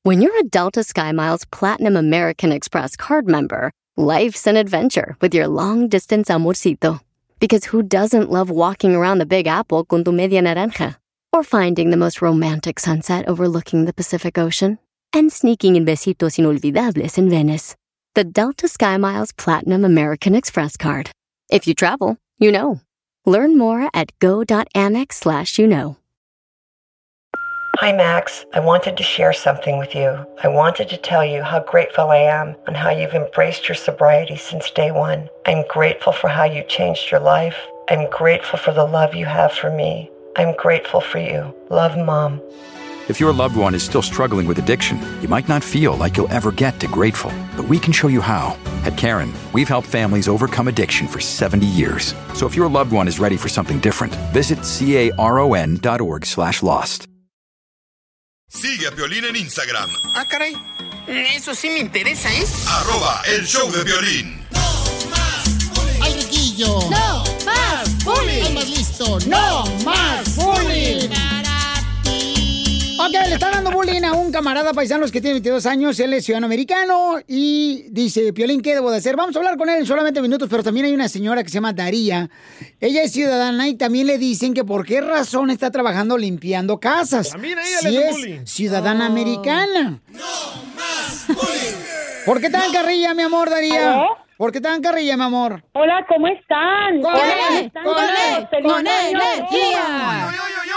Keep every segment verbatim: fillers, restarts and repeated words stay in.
When you're a Delta SkyMiles Platinum American Express card member, life's an adventure with your long-distance amorcito. Because who doesn't love walking around the Big Apple con tu media naranja? Or finding the most romantic sunset overlooking the Pacific Ocean? And sneaking in besitos inolvidables in Venice. The Delta SkyMiles Platinum American Express card. If you travel, you know. Learn more at go.amex slash you know. Hi, Max. I wanted to share something with you. I wanted to tell you how grateful I am and how you've embraced your sobriety since day one. I'm grateful for how you changed your life. I'm grateful for the love you have for me. I'm grateful for you. Love, Mom. If your loved one is still struggling with addiction, you might not feel like you'll ever get to grateful, but we can show you how. At Caron, we've helped families overcome addiction for seventy years. So if your loved one is ready for something different, visit caron.org slash lost. Sigue a Piolín en Instagram. Ah, caray. Eso sí me interesa, ¿eh? Arroba el show de Piolín. ¡No más bullying! ¡Al riquillo! ¡No más bullying! ¡Al más listo! ¡No más bullying! Ok, le están dando bullying a un camarada paisanos que tiene veintidós años. Él es ciudadano americano y dice, Piolín, ¿qué debo de hacer? Vamos a hablar con él en solamente minutos, pero también hay una señora que se llama Daría. Ella es ciudadana y también le dicen que por qué razón está trabajando limpiando casas. También a ella si le es bullying. ciudadana oh. americana. ¡No más bullying! ¿Por qué tan carrilla, mi amor, Daría? ¿Aló? ¿Por qué tan carrilla, mi amor? Hola, ¿cómo están? ¡Con él! ¡Con él! ¡Con energía!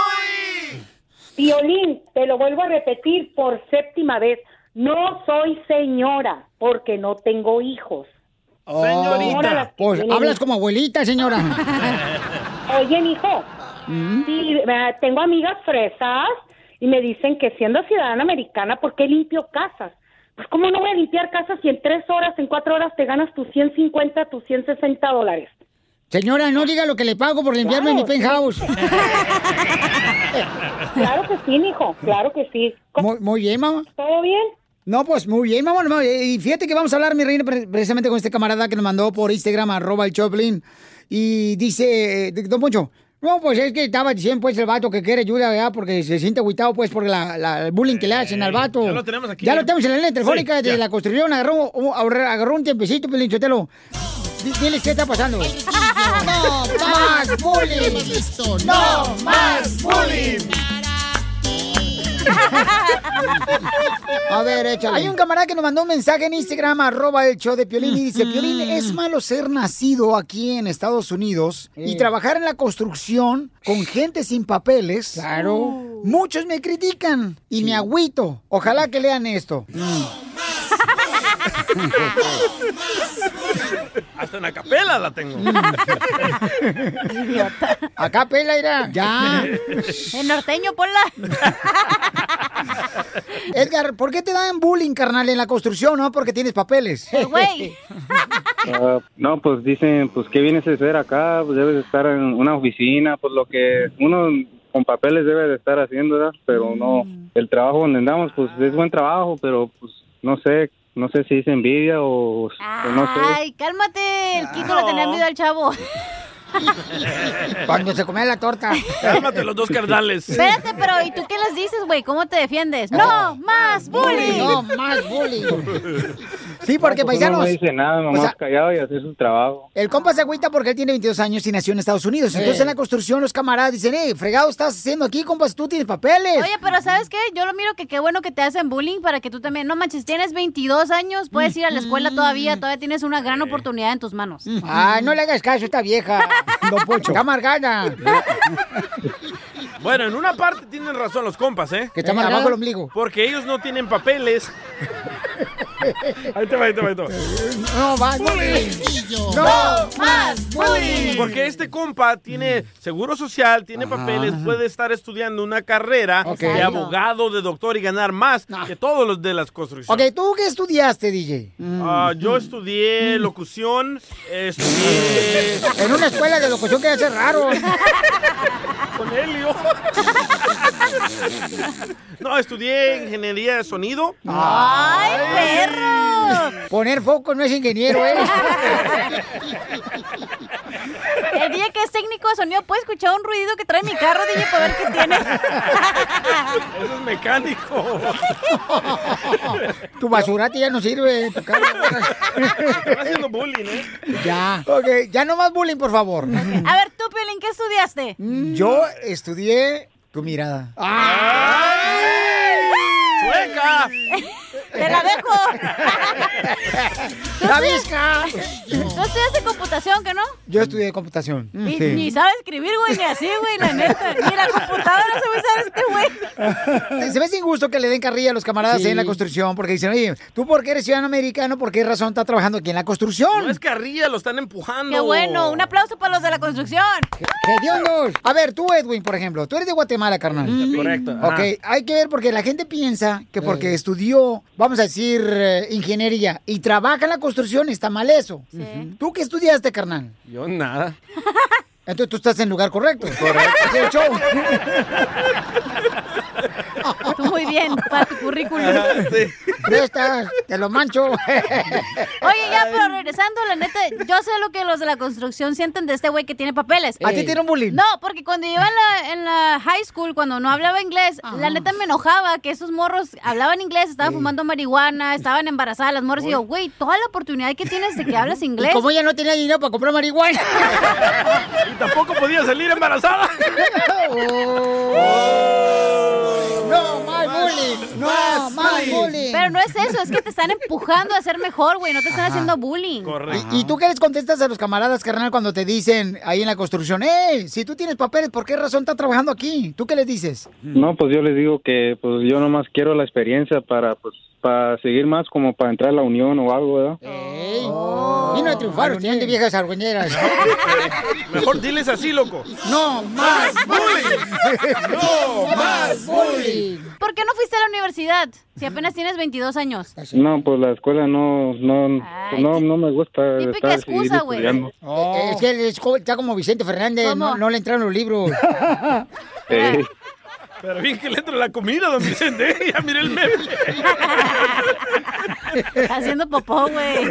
Piolín, te lo vuelvo a repetir por séptima vez. No soy señora porque no tengo hijos. Oh, señorita. Pues hablas como abuelita, señora. Oye, mijo, ¿Mm? sí, tengo amigas fresas y me dicen que siendo ciudadana americana, ¿por qué limpio casas? Pues ¿cómo no voy a limpiar casas si en tres horas, en cuatro horas te ganas tus ciento cincuenta, tus ciento sesenta dólares? Señora, no diga lo que le pago por limpiarme claro, mi penthouse. Sí. Claro que sí, mijo, claro que sí. Muy, muy bien, mamá. ¿Todo bien? No, pues muy bien, mamá. Y fíjate que vamos a hablar, mi reina, precisamente con este camarada que nos mandó por Instagram, arroba el Choplin. Y dice, don Poncho, no, pues es que estaba diciendo, pues, el vato que quiere ayuda, ¿verdad? Porque se siente agüitado, pues, por la, la, el bullying que le hacen al vato. Ya lo tenemos aquí. Ya lo tenemos en la línea telefónica sí, de ya. la construcción. Agarró, agarró un tiempecito, Pelín Sotelo. Diles qué está pasando. ¡No más bullying! ¡No más bullying! A ver, échale. Hay un camarada que nos mandó un mensaje en Instagram, arroba el show de Piolín, y dice, Piolín, ¿es malo ser nacido aquí en Estados Unidos y trabajar en la construcción con gente sin papeles? Claro. Muchos me critican y sí. me agüito. Ojalá que lean esto. Hasta en acapela la tengo. Acapela irá. Ya. En norteño, ponla. Edgar, ¿por qué te dan bullying, carnal, en la construcción, no? Porque tienes papeles. Güey. Uh, no, pues dicen, pues, ¿qué vienes a hacer acá? Pues debes estar en una oficina, pues lo que uno con papeles debe de estar haciendo, ¿verdad? Pero no, el trabajo donde andamos, pues es buen trabajo, pero pues no sé, no sé si es envidia o, o no sé. Ay, cálmate, el Kiko le tenía miedo al chavo. Cuando se comía la torta. Cálmate los dos carnales. Espérate, pero ¿y tú qué les dices, güey? ¿Cómo te defiendes? ¡No más bullying! No más bullying. Sí, porque no, pues paisanos... No me dice nada, nomás o sea, callado y hacer su trabajo. El compa se agüita porque él tiene veintidós años y nació en Estados Unidos. Entonces sí. en la construcción los camaradas dicen, eh, fregado estás haciendo aquí, compas, tú tienes papeles. Oye, pero ¿sabes qué? Yo lo miro que qué bueno que te hacen bullying para que tú también... No manches, tienes veintidós años, puedes ir a la escuela todavía, todavía tienes una gran oportunidad en tus manos. Ay, no le hagas caso a esta vieja, don Poncho. Está amargada. Bueno, en una parte tienen razón los compas, ¿eh? Que está más abajo el ombligo. Porque ellos no tienen papeles. Ahí te va, ahí te va, ahí te va. No más bullying. No, no más bullying. Porque este compa tiene seguro social, tiene Ajá. papeles, puede estar estudiando una carrera okay. de abogado, de doctor y ganar más no. que todos los de las construcciones. Ok, ¿tú qué estudiaste, D J? Uh, yo estudié locución, estudié... En una escuela de locución que hace raro. Con Helio. No, estudié ingeniería de sonido. ¡Ay, perro! Poner foco no es ingeniero, ¿eh? el D J que es técnico de sonido puede escuchar un ruido que trae mi carro, D J, para ver qué tiene. Eso es mecánico. Tu basurate ya no sirve, tu carro. Están haciendo bullying, ¿eh? Ya. Ok, ya no más bullying, por favor. A ver, tú, Piolín, ¿qué estudiaste? Yo estudié tu mirada. ¡Ay! ¡Chueca! ¡Te la dejo! ¡La visca! ¿Tú estudiaste computación, que no? Yo estudié computación. Ni, Sí. ni sabe escribir, güey, ni así, güey, la neta. Ni la computadora sabe usar este güey. Se me hace injusto que le den carrilla a los camaradas Sí. ahí en la construcción porque dicen, oye, ¿tú por qué eres ciudadano americano? ¿Por qué razón estás trabajando aquí en la construcción? No es carrilla, lo están empujando. ¡Qué bueno! Un aplauso para los de la construcción. ¡Qué hediondos! A ver, tú, Edwin, por ejemplo, tú eres de Guatemala, carnal. Correcto. Ok, ajá. hay que ver porque la gente piensa que porque estudió, vamos a decir, eh, ingeniería y trabaja en la construcción, está mal eso. ¿Tú qué estudiaste, carnal? Yo nada. Entonces tú estás en el lugar correcto. Correcto. De hecho. Tú muy bien, para tu currículum. Prestas, te lo mancho. Oye, ya, pero regresando, la neta, yo sé lo que los de la construcción sienten de este güey que tiene papeles. ¿A ti tiene un bullying? No, porque cuando yo iba en la, en la high school, cuando no hablaba inglés, la neta me enojaba que esos morros hablaban inglés, estaban fumando marihuana, estaban embarazadas las morras, y yo, güey, toda la oportunidad que tienes de que hablas inglés. Y como ella no tenía dinero para comprar marihuana. Y tampoco podía salir embarazada. No más bullying. No más bullying. Pero no es eso, es que te están empujando a ser mejor, güey, no te están haciendo bullying. ¿Y, ¿Y tú qué les contestas a los camaradas, carnal, cuando te dicen ahí en la construcción, eh, si tú tienes papeles, ¿por qué razón estás trabajando aquí? ¿Tú qué les dices? No, pues yo les digo que pues yo nomás quiero la experiencia para pues para seguir más, como para entrar a la unión o algo, ¿verdad? Ey. Vino a triunfar, unión de viejas argüeñeras. Mejor diles así, loco. No más bullying. No más bullying. ¿Por qué no fuiste a la universidad si apenas tienes veintidós años? No, pues la escuela no no pues, no, no me gusta típica estar seguir excusa, güey. estudiando. Es que él es jo- está como Vicente Fernández, no, no le entraron los libros. Ey. Pero bien que le entra la comida, don Vicente. Ya miré el meme. Haciendo popó, güey.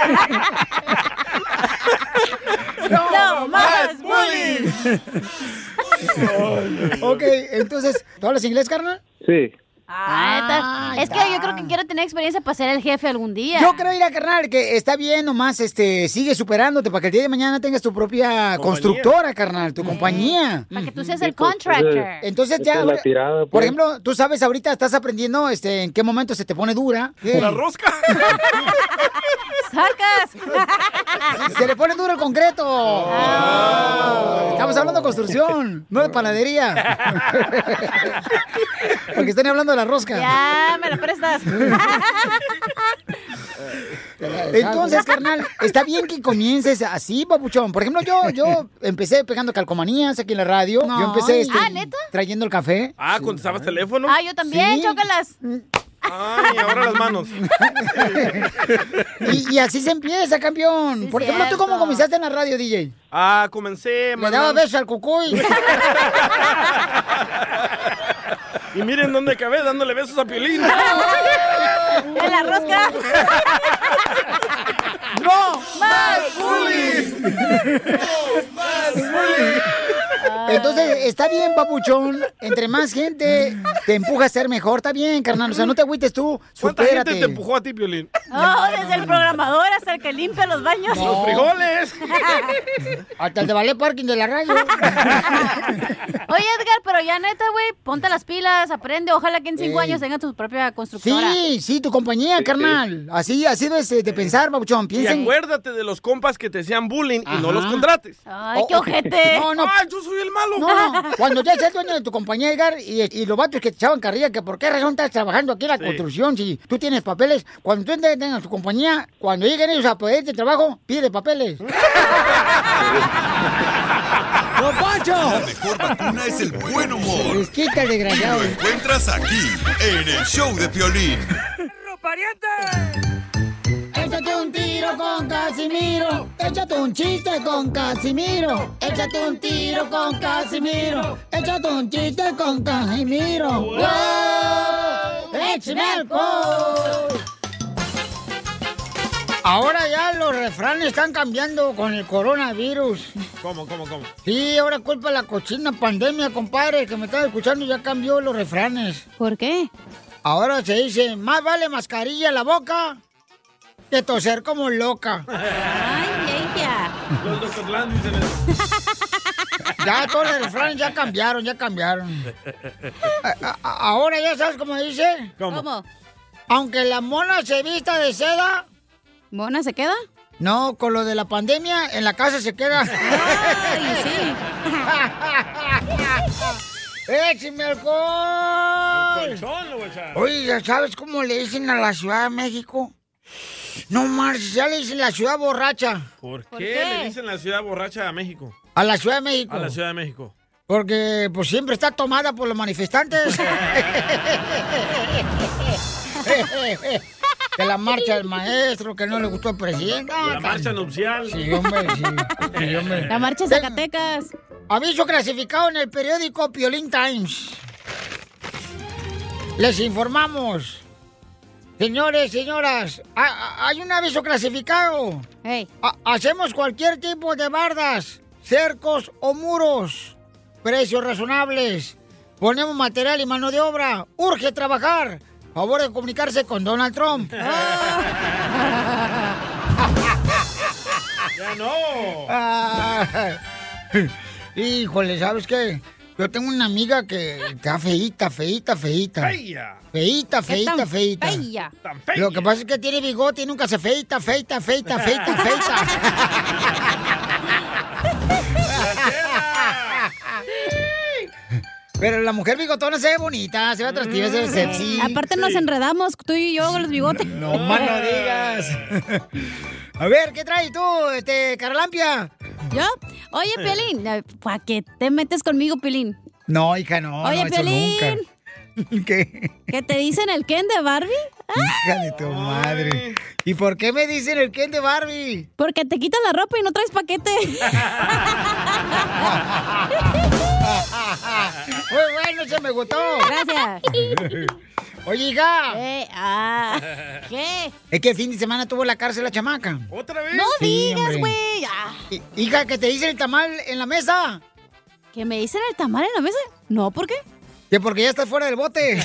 ¡No, más bullying! Ok, entonces, ¿tú hablas inglés, carnal? Sí. Ah, está- es que yo creo que quiero tener experiencia para ser el jefe algún día. Yo creo ir a carnal, que está bien, nomás este, sigue superándote para que el día de mañana tengas tu propia constructora, carnal, tu compañía. Para que tú seas el pues, contractor. Entonces Esa ya, es la tirada, pues. por ejemplo, tú sabes, ahorita estás aprendiendo este, en qué momento se te pone dura. La rosca. ¡Sacas! Se le pone duro el concreto. Ah. Estamos hablando de construcción, no de panadería. Porque están hablando de la rosca. Ya, me la prestas. Entonces, carnal, está bien que comiences así, papuchón. Por ejemplo, yo, yo empecé pegando calcomanías aquí en la radio. No. Yo empecé este, Ah, ¿neta? trayendo el café. Ah, ¿contestabas teléfono? Ah, yo también, Sí. chócalas. Ay, ahora las manos. Y, y así se empieza, campeón. Sí, Por ejemplo, ¿tú cierto. cómo comenzaste en la radio, D J? Ah, comencé. Le mandando- daba besos al cucuy. Y miren dónde acabé, dándole besos a Piolín. En la rosca. ¡No! ¡Más Entonces, está bien, papuchón. Entre más gente te empuja a ser mejor, está bien, carnal. O sea, no te agüites tú, ¿Cuánta supérate. gente te empujó a ti, Piolín? Oh, desde el programador hasta el que limpia los baños. ¡Los frijoles! Hasta el de ballet parking de la radio. Oye, Edgar, pero ya neta, güey, ponte las pilas, aprende. Ojalá que en cinco Ey. años tenga tu propia constructora. Sí, sí, tu compañía, carnal. Así, así debes de pensar, papuchón. Y Piensa en... acuérdate de los compas que te hacían bullying y no Ajá. los contrates. Ay, qué ojete. No, no. ¡Ay, yo soy el malo! No, cuando ya seas dueño de tu compañía, Edgar, y, y los vatos que te echaban carrilla, que por qué razón estás trabajando aquí en la Sí. construcción, si tú tienes papeles, cuando tú tengas tu compañía, cuando lleguen ellos a pedirte trabajo, pide papeles. ¡No, Poncho! La mejor vacuna es el buen humor. Les quita el Y desgraciado. lo encuentras aquí, en el show de Piolín. Échate un tiro con Casimiro. Échate un chiste con Casimiro. Échate un tiro con Casimiro. Échate un chiste con Casimiro. ¡Wow! ¡Échame alcohol! Ahora ya los refranes están cambiando con el coronavirus. ¿Cómo, cómo, cómo? Sí, ahora culpa de la cochina pandemia, compadre, que me están escuchando, ya cambió los refranes. ¿Por qué? Ahora se dice, más vale mascarilla en la boca que toser como loca. Ay, ella. Los de Ocotlán dicen eso. Ya todos los refranes ya cambiaron, ya cambiaron. A- a- ahora ya sabes cómo dice. ¿Cómo? ¿Cómo? Aunque la mona se vista de seda. ¿Mona se queda? No, con lo de la pandemia, en la casa se queda. Ay, sí. ¡Écheme alcohol! El colchón lo voy a echar. Oye, ¿sabes cómo le dicen a la Ciudad de México? No, marches, ya le dicen la ciudad borracha. ¿Por qué, ¿Por qué? le dicen la ciudad borracha a México? A la Ciudad de México. A la Ciudad de México. Porque, pues, siempre está tomada por los manifestantes. Que la marcha del maestro, que no le gustó al presidente. Ah, La marcha nupcial. Sí, hombre, sí. Sí, hombre. La marcha de Zacatecas. Aviso clasificado en el periódico Piolín Times. Les informamos. Señores, señoras, ha- ha- hay un aviso clasificado. Hey. Ha- hacemos cualquier tipo de bardas, cercos o muros. Precios razonables. Ponemos material y mano de obra. Urge trabajar. Favor de comunicarse con Donald Trump. ¡Ya no! Ah, híjole, ¿sabes qué? Yo tengo una amiga que está feíta, feíta, feíta. ¡Feia! Feíta, ¿Qué feíta, tan feíta. fea? ¡Tan fea! Lo que pasa es que tiene bigote y nunca se feita, feita, feita, feita, feita. Pero la mujer bigotona se ve bonita, se ve atractiva, se ve sexy. Aparte nos enredamos, tú y yo con los bigotes. No más no digas. A ver, ¿qué traes tú, este, Carlampia? ¿Yo? Oye, Piolín, ¿para qué te metes conmigo, Piolín? No, hija, no, Oye, no, eso Piolín. nunca. ¿Qué? ¿Que te dicen el Ken de Barbie? Hija de tu madre. ¿Y por qué me dicen el Ken de Barbie? Porque te quitan la ropa y no traes paquete. Muy bueno, se me gustó. Gracias. Oye, hija. Eh, ah, ¿qué? Es que el fin de semana tuvo en la cárcel la chamaca. ¿Otra vez? No Sí, digas, hombre. güey. Ah, Hi- Hija, que te dicen el tamal en la mesa. ¿Que me dicen el tamal en la mesa? No, ¿por qué? Que porque ya estás fuera del bote.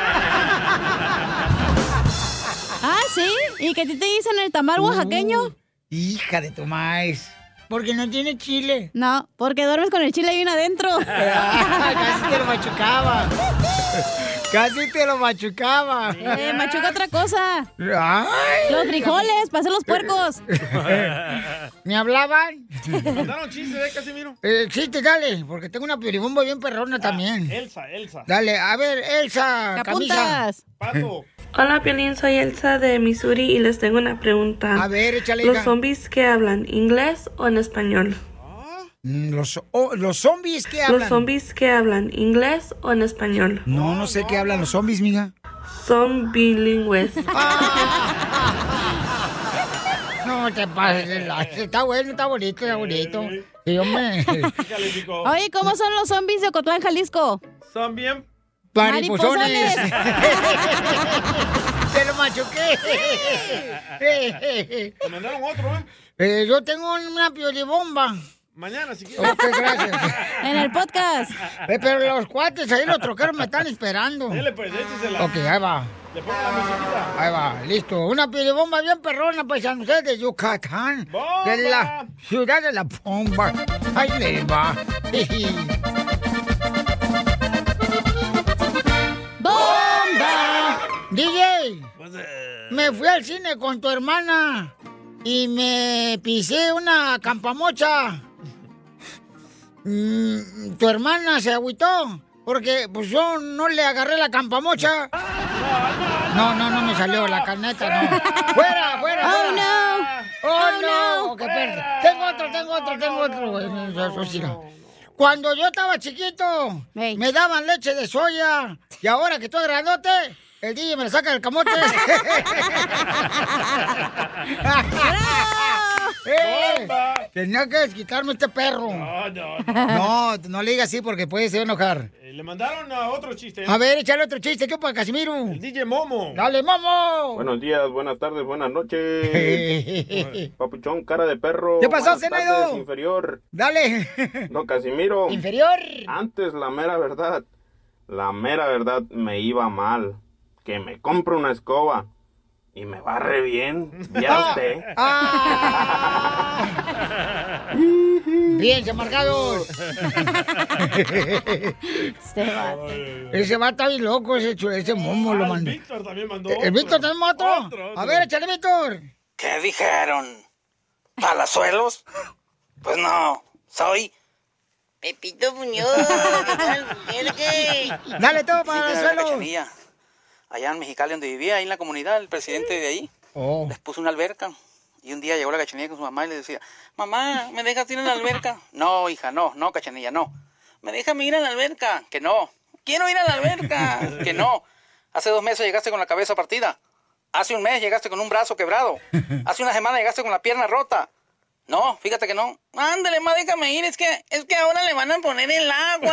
Ah, ¿sí? ¿Y que a ti te dicen el tamal oaxaqueño? Uh, hija de tu maíz. Porque no tiene chile. No, porque duermes con el chile ahí adentro. Ah, casi te lo machucaba. Casi te lo machucaba. Eh, machuca otra cosa. Ay. Los frijoles, para hacer los puercos. ¿Me hablaban? ¿Mandaron chistes, eh, Casimiro? Eh, chiste, dale, porque tengo una piribomba bien perrona también. Elsa, Elsa. Dale, a ver, Elsa, ¿Qué camisa. apuntas? Pato. Hola, Piolín, soy Elsa de Missouri y les tengo una pregunta. A ver, échale, ¿Los hija. zombies qué hablan? ¿Inglés o en español? Mm, Los, oh, los zombies, ¿qué hablan? ¿Los zombies qué hablan? ¿Inglés o en español? No, no sé qué hablan los zombies, mija. Son bilingües. No te pases de la- Está bueno, está bonito, está bonito. Sí, hombre. Calificó. Oye, ¿cómo son los zombies de Ocotlán, Jalisco? Son bien. Mariposones. Mariposones. Te lo machuqué. Te mandaron otro, ¿eh? Eh, yo tengo una piolibomba. Mañana, si quieres. Ok, gracias. En el podcast. Eh, pero los cuates ahí, los troqueros me están esperando. Dele, pues, échesela. Ok, ahí va. Le pongo la musiquita. Ahí va, listo. Una piolibomba bien perrona, paisanos, ustedes de Yucatán. ¡Bomba! De la ciudad de la bomba. Ahí le va. ¡Bomba! D J, Pues, eh, me fui al cine con tu hermana y me pisé una campamocha. Mm, tu hermana se agüitó porque pues yo no le agarré la campamocha. No, no, no me salió la caneta, no. ¡Fuera, fuera, ¡Oh, fuera! no! ¡Oh, Oh, no! no. Ok, espérate. Tengo otro, tengo otro, tengo otro. Bueno, eso, eso sí, no. Cuando yo estaba chiquito, Ey. me daban leche de soya. Y ahora que estoy grandote, el D J me la saca del camote. ¡Eh! Tenía que desquitarme este perro. No, no, no. No, no le digas así porque puede se va a enojar. Eh, le mandaron a otro chiste. A ver, échale otro chiste. ¿Qué para Casimiro? El D J Momo. ¡Dale, Momo! Buenos días, buenas tardes, buenas noches. Papuchón, cara de perro. ¿Qué pasó, Buenas Zenaido? tardes, inferior. Dale. No, Casimiro. Inferior. Antes, la mera verdad. La mera verdad me iba mal. Que me compro una escoba. Y me barre bien. ¿Ya usted? Ah. Bien, amargados. Ese va a estar bien loco, ese, ese Momo Ah, lo el mandó. Víctor también mandó ¿El otro. Víctor también mandó otro? Otro, otro. A ver, échale, Víctor. ¿Qué dijeron? ¿Palazuelos? Pues no, soy Pepito Muñoz. Dale todo para el Sí, suelo. Cachanilla. Allá en Mexicali, donde vivía, ahí en la comunidad, el presidente de ahí Oh. les puso una alberca. Y un día llegó la Cachanilla con su mamá y le decía, mamá, ¿me dejas ir a la alberca? No, hija, no, no, Cachanilla, no. ¿Me dejas ir a la alberca? Que no. Quiero ir a la alberca. Que no. Hace dos meses llegaste con la cabeza partida. Hace un mes llegaste con un brazo quebrado. Hace una semana llegaste con la pierna rota. No, fíjate que no. Ándale, ma, déjame ir. Es que, es que ahora le van a poner el agua.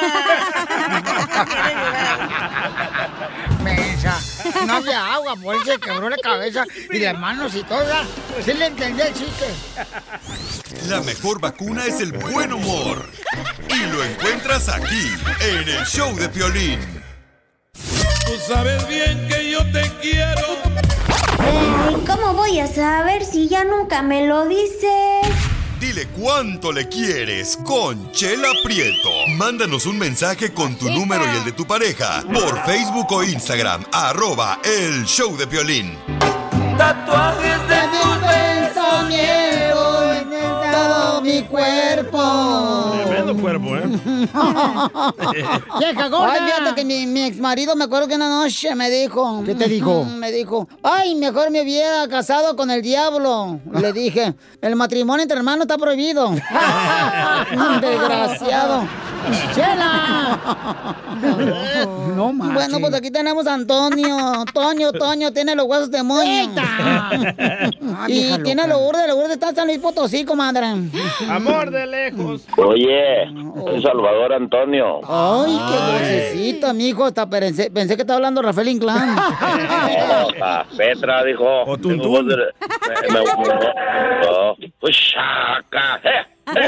Mensa. No había agua, por eso se quebró la cabeza y las manos y todo. ¿Verdad? Sí le entendí el chiste. La mejor vacuna es el buen humor. Y lo encuentras aquí, en el show de Piolín. Tú sabes bien que yo te quiero. Ay, ¿cómo voy a saber si ya nunca me lo dices? Dile cuánto le quieres con Chela Prieto. Mándanos un mensaje con tu número y el de tu pareja por Facebook o Instagram, arroba el show de Piolín. Tatuajes de tus pensamientos en todo mi cuerpo. Tremendo cuerpo, ¿eh? ¡Vieja gorda! Ay, fíjate que mi, mi ex marido, me acuerdo que una noche me dijo... ¿Qué te dijo? Me dijo, ay, mejor me hubiera casado con el diablo. Le dije, el matrimonio entre hermanos está prohibido. Desgraciado. ¡Chela! No más. Bueno, pues aquí tenemos a Antonio. Toño, Toño, tiene los huesos de moño. Y tiene los Lourdes, los Lourdes está en San Luis Potosí, comadre. Amor de lejos. Oye, soy Salvador Antonio. Ay, qué dulcecito, mijo. Hasta pensé, pensé que estaba hablando Rafael Inclán. No, pa, Petra dijo. O Tuntún. Me, me, me, oh, pues, chaca, eh.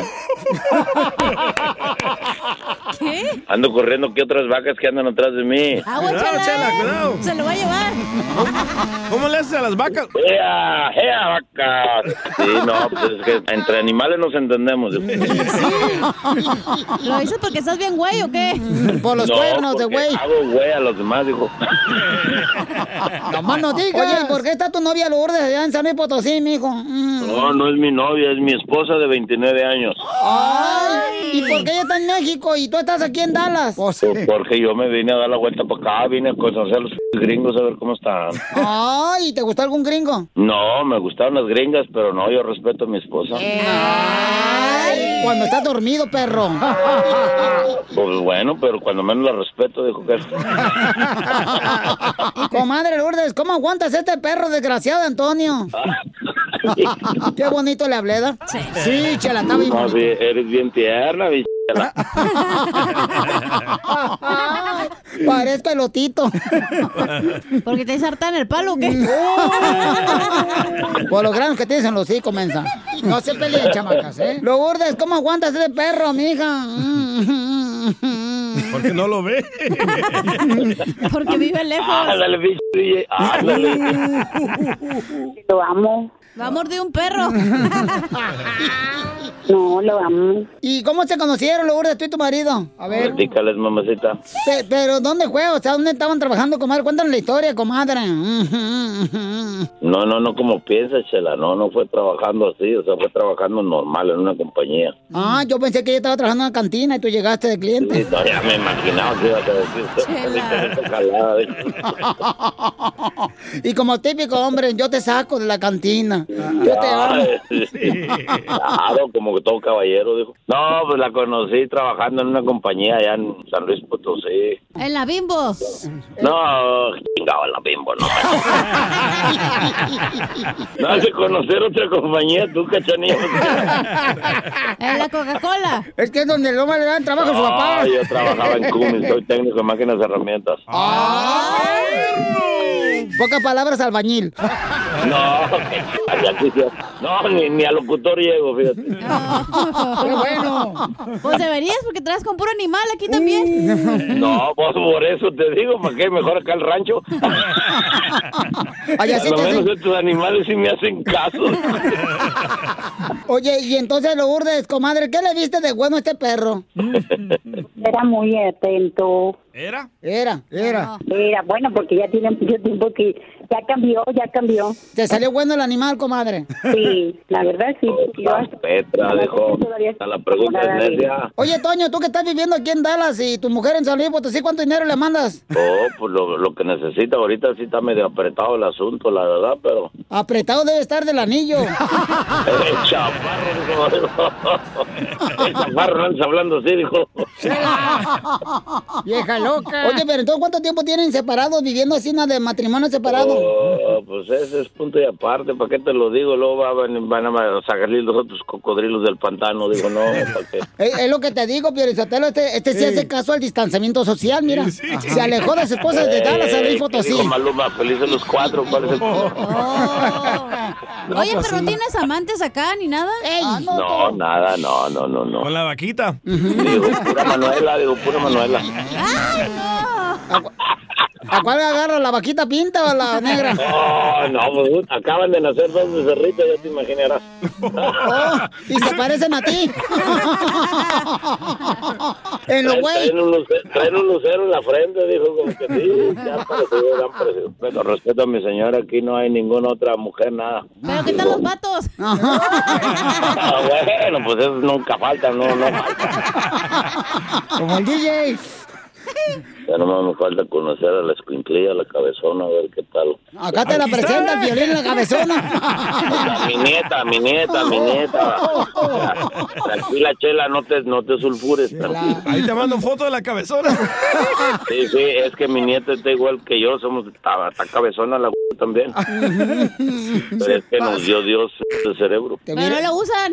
¿Qué? Ando corriendo que otras vacas que andan atrás de mí. Agua, Cuidado, Chela. Chela, cuidado. Se lo va a llevar. ¿Cómo le haces a las vacas? ¡Ea, ea, vacas! Sí, no, pues es que entre animales nos entendemos. ¿Lo dices porque estás bien güey o qué? Por los no, cuernos de porque güey. hago güey a los demás, dijo. Nomás no digas. Oye, ¿por qué está tu novia Lourdes allá en San Luis Potosí, mijo? Mm. No, no es mi novia, es mi esposa de veintinueve años. Ay, ¿y por qué ella está en México y tú estás aquí en Dallas? Pues porque yo me vine a dar la vuelta para acá, vine a conocer a los gringos a ver cómo están. Ay, ¿te gustó algún gringo? No, me gustaron las gringas, pero no, yo respeto a mi esposa. Ay, cuando estás dormido, perro. Pues bueno, pero cuando menos la respeto, dijo que... Comadre Lourdes, ¿cómo aguantas este perro desgraciado, Antonio? Qué bonito le hablé, ¿da? Sí. Sí, Chela, está bien. No, sí, eres bien tierna, bichela. Parezco elotito. ¿Porque te sartan el palo o qué? Por los granos que tienes en los hocicos, mensa. No se peleen, chamacas, ¿eh? Lourdes, ¿cómo aguantas ese perro, mija? Porque no lo ve. Porque vive lejos. Ándale, bicho, ándale. Lo amo. Va a morder un perro. No, lo amo. ¿Y cómo se conocieron, Lourdes, tú y tu marido? A ver. Platícales, mamacita. Pe- pero, ¿dónde fue? O sea, ¿dónde estaban trabajando, comadre? Cuéntanos la historia, comadre. No, no, no como piensas, Chela. No, no fue trabajando así. O sea, fue trabajando normal en una compañía. Ah, yo pensé que ella estaba trabajando en una cantina y tú llegaste de cliente. Sí, no, ya me imaginaba que ibas a decir. Ahorita jalada, ¿eh? Y como típico hombre, yo te saco de la cantina. Yo te amo. Ay, sí. Claro, como que todo caballero, dijo. No, pues la conocí trabajando en una compañía allá en San Luis Potosí. En la Bimbo. No, chingaba la Bimbo, no. No has de conocer otra compañía, tú, Cachanilla. En la Coca-Cola. Es que es donde el hombre le dan trabajo a su papá. Ah, yo trabajaba en Cummins, soy técnico de máquinas de herramientas. Ay. Pocas palabras, albañil. No, no ni, ni a locutor llego, fíjate. Qué bueno. Pues deberías, porque traes con puro animal aquí también. No, pues por eso te digo, ¿para qué? Mejor acá el rancho. Ay, a así lo te menos hacen- estos animales sí me hacen caso. Oye, y entonces, Lourdes, comadre, ¿qué le viste de bueno a este perro? Era muy atento. ¿Era? Era, era. Era bueno porque ya tiene mucho tiempo que ya cambió, ya cambió. ¿Te salió bueno el animal, comadre? Sí, la verdad sí. Petra, dijo, a la pregunta es necia. Oye, Toño, tú que estás viviendo aquí en Dallas y tu mujer en San Luis Potosí, ¿cuánto dinero le mandas? Oh, pues lo, lo que necesita, ahorita sí está medio apretado el asunto, la verdad, pero... Apretado debe estar del anillo. El chaparro, dijo. El chaparro, no andas hablando así, dijo. Vieja loca. Oye, pero entonces, ¿cuánto tiempo tienen separados, viviendo así, nada de matrimonio separado? Oh, pues ese es punto y aparte, ¿para qué te lo digo? Luego va- van, van a salir los otros cocodrilos del pantano, digo, no, ¿para qué? Es, es lo que te digo, Piorizotelo, este, este sí. Sí. hace caso al distanciamiento social, mira. Se alejó de su esposa de Dallas a Luis Eh, Potosí. ¿qué dijo Maluma? Felices los cuatro, ¿cuál es el problema? Oye, pues pero sí. ¿no tienes amantes acá ni nada? No, nada, no, no, no, no. Con la vaquita. Digo, pura Manuela, digo, pura Manuela. ¿A cuál agarra, la vaquita pinta o la negra? Oh, no, pues acaban de nacer dos becerritos, ya te imaginarás. Oh, y se parecen a ti. En los güey. Traen un, lucero, traen un lucero en la frente, dijo, como que sí, ya han parecido, ya han parecido. Pero respeto a mi señora, aquí no hay ninguna otra mujer, nada. ¿Pero qué tal los vatos? Ah, bueno, pues eso nunca falta, no, no falta. Como el D J. Ya nomás me falta conocer a la escuinclilla, a la cabezona, a ver qué tal. Acá te la presenta el violín en la cabezona. A mi nieta, mi nieta, mi nieta. Tranquila, Chela, no te, no te sulfures. Tranquila. Ahí te mando foto de la cabezona. Sí, sí, es que mi nieta está igual que yo, somos, está, está cabezona la güey también. Pero es que nos dio Dios el cerebro. Pero no lo usan.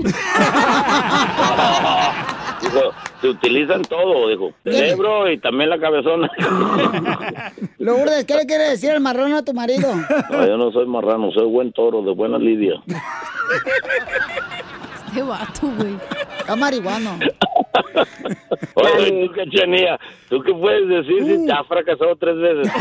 Dijo, se utilizan todo, dijo. Cerebro y también la cabezona. Lourdes, ¿qué le quiere decir el marrón a tu marido? No, yo no soy marrano, soy buen toro, de buena lidia. Qué vato, güey. Está marihuano. Oye, tú, Cachanilla, ¿tú qué puedes decir si te has fracasado tres veces?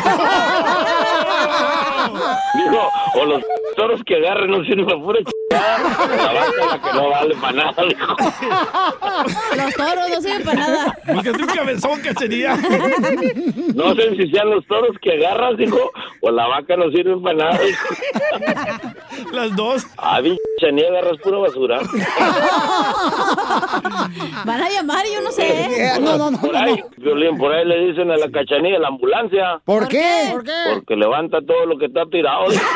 Dijo, o los toros que agarren no sirven para pura chingada, la vaca la que no vale para nada, dijo. Los toros no sirven para nada. Búscate un cabezón, Cachanilla. No sé si sean los toros que agarras, dijo, o la vaca no sirven para nada, dijo. Las dos. Ah, bien, Cachanilla, agarras pura basura. Van a llamar y yo no sé. Eh, no, no, no. Por ahí, Violín, por ahí le dicen a la Cachanilla la ambulancia. ¿Por qué? ¿Por qué? Porque levanta todo lo que está tirado. dijo.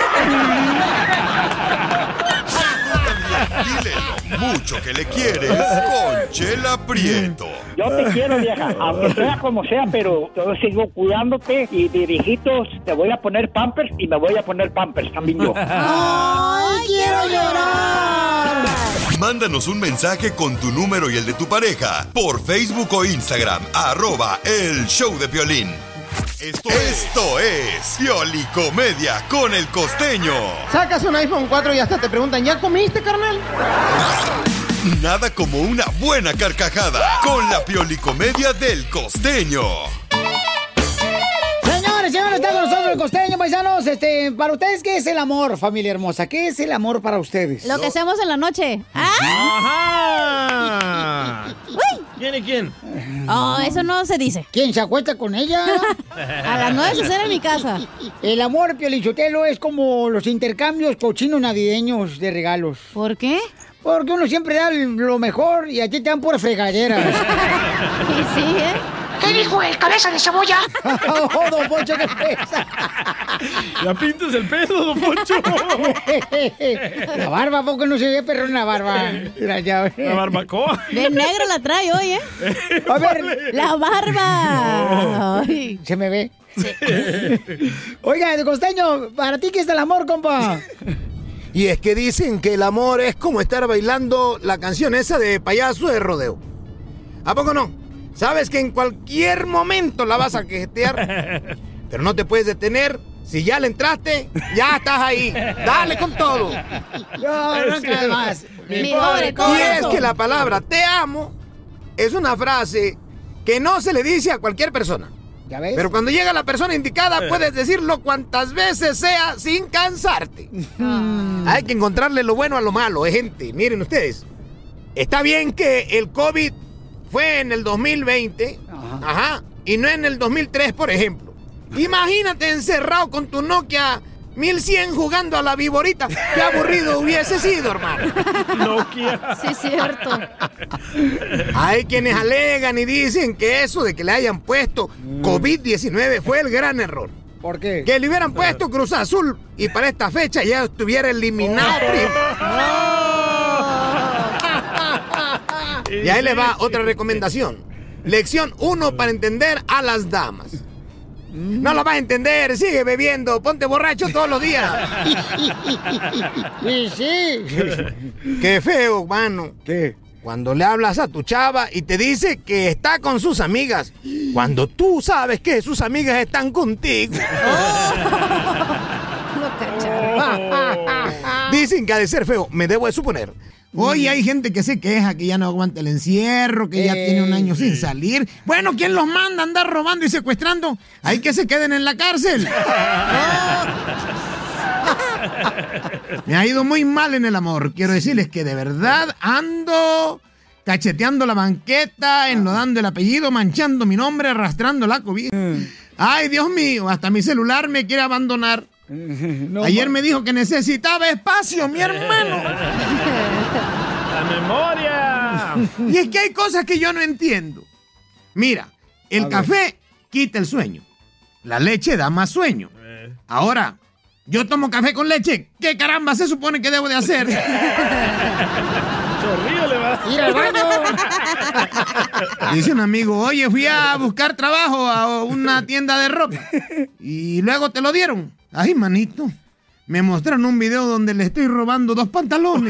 Dile lo mucho que le quieres con Chela Prieto. Yo te quiero, vieja, aunque sea como sea, pero yo sigo cuidándote y de viejitos te voy a poner pampers y me voy a poner pampers también yo. ¡Ay, quiero llorar! Mándanos un mensaje con tu número y el de tu pareja por Facebook o Instagram, arroba el show de Piolín. Esto, Esto es Piolicomedia con el Costeño. Sacas un iPhone cuatro y hasta te preguntan, ¿ya comiste, carnal? Nada como una buena carcajada con la Piolicomedia del Costeño. Señores, señores, está con nosotros el Costeño, paisanos. Este, para ustedes, ¿qué es el amor, familia hermosa? ¿Qué es el amor para ustedes? Lo que hacemos en la noche. ¡Ah! ¡Uy! ¿Quién y quién? Oh, eso no se dice. ¿Quién se acuesta con ella? A las nueve se cena en mi casa. El amor, Piolichotelo, es como los intercambios cochinos navideños de regalos. ¿Por qué? Porque uno siempre da lo mejor y a ti te dan puras fregaderas. Sí, ¿eh? ¿Qué dijo el cabeza de cebolla? ¡Oh, don Poncho, qué pesa! Ya pintas el pelo, don Poncho. La barba, ¿a poco no se ve perrón la barba? Mira, ya, la barbacoa. De negro la trae hoy, ¿eh? A ver. La barba. Ay. ¿Se me ve? Sí. Oiga, de Costeño, ¿para ti qué es el amor, compa? Y es que dicen que el amor es como estar bailando la canción esa de payaso de rodeo. ¿A poco no? Sabes que en cualquier momento la vas a quejetear, pero no te puedes detener. Si ya le entraste, ya estás ahí. Dale con todo. No, no caes más. Mi pobre corazón. Y es que la palabra te amo es una frase que no se le dice a cualquier persona. ¿Ya ves? Pero cuando llega la persona indicada, puedes decirlo cuantas veces sea sin cansarte. Mm. Hay que encontrarle lo bueno a lo malo, eh, gente. Miren ustedes. Está bien que el COVID fue en el dos mil veinte, ajá. Ajá, y no en el dos mil tres, por ejemplo. Imagínate encerrado con tu Nokia mil cien jugando a la viborita. Qué aburrido hubiese sido, hermano. Nokia. Sí, cierto. Hay quienes alegan y dicen que eso de que le hayan puesto COVID diecinueve fue el gran error. ¿Por qué? Que le hubieran puesto Cruz Azul y para esta fecha ya estuviera eliminado. Oh. Y ahí le va otra recomendación. Lección uno para entender a las damas. No lo vas a entender, sigue bebiendo, ponte borracho todos los días. Sí, sí. Qué feo, mano. ¿Qué? Cuando le hablas a tu chava y te dice que está con sus amigas, cuando tú sabes que sus amigas están contigo. Oh. Dicen que ha de ser feo, me debo de suponer. Hoy hay gente que se queja que ya no aguanta el encierro, que ya eh, tiene un año sin salir. Bueno, ¿quién los manda a andar robando y secuestrando? Hay que se queden en la cárcel. Me ha ido muy mal en el amor. Quiero decirles que de verdad ando cacheteando la banqueta, enlodando el apellido, manchando mi nombre, arrastrando la cobija. Ay, Dios mío, hasta mi celular me quiere abandonar. No, ayer me dijo que necesitaba espacio, mi hermano. ¡La memoria! Y es que hay cosas que yo no entiendo. Mira, el café quita el sueño. La leche da más sueño. Ahora, yo tomo café con leche. ¿Qué caramba se supone que debo de hacer? Chorrillo le va. Ir al baño. Dice un amigo, oye, fui a buscar trabajo a una tienda de ropa. Y luego te lo dieron. Ay, manito, me mostraron un video donde le estoy robando dos pantalones.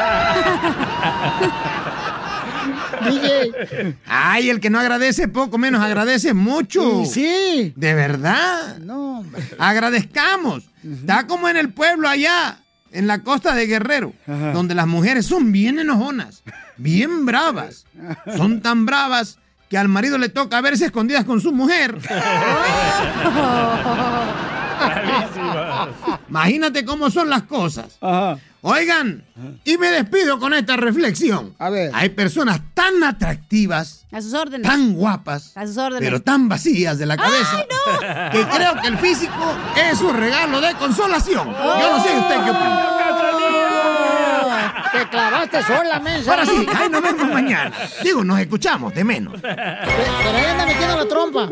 D J. Ay, el que no agradece poco menos agradece mucho. Sí. De verdad. No, hombre. Agradezcamos. Uh-huh. Está como en el pueblo allá, en la costa de Guerrero, ajá, donde las mujeres son bien enojonas, bien bravas. Son tan bravas que al marido le toca verse escondidas con su mujer. Imagínate cómo son las cosas. Ajá. Oigan, y me despido con esta reflexión. A ver. Hay personas tan atractivas, a sus órdenes, tan guapas, a sus órdenes, pero tan vacías de la cabeza. ¡Ay, no! Que creo que el físico es un regalo de consolación. Oh. Yo no sé usted qué opina. Te clavaste sola, mensa. Ahora sí, ahí nos vemos mañana. Digo, nos escuchamos, de menos. Pero, pero ahí anda metiendo la trompa.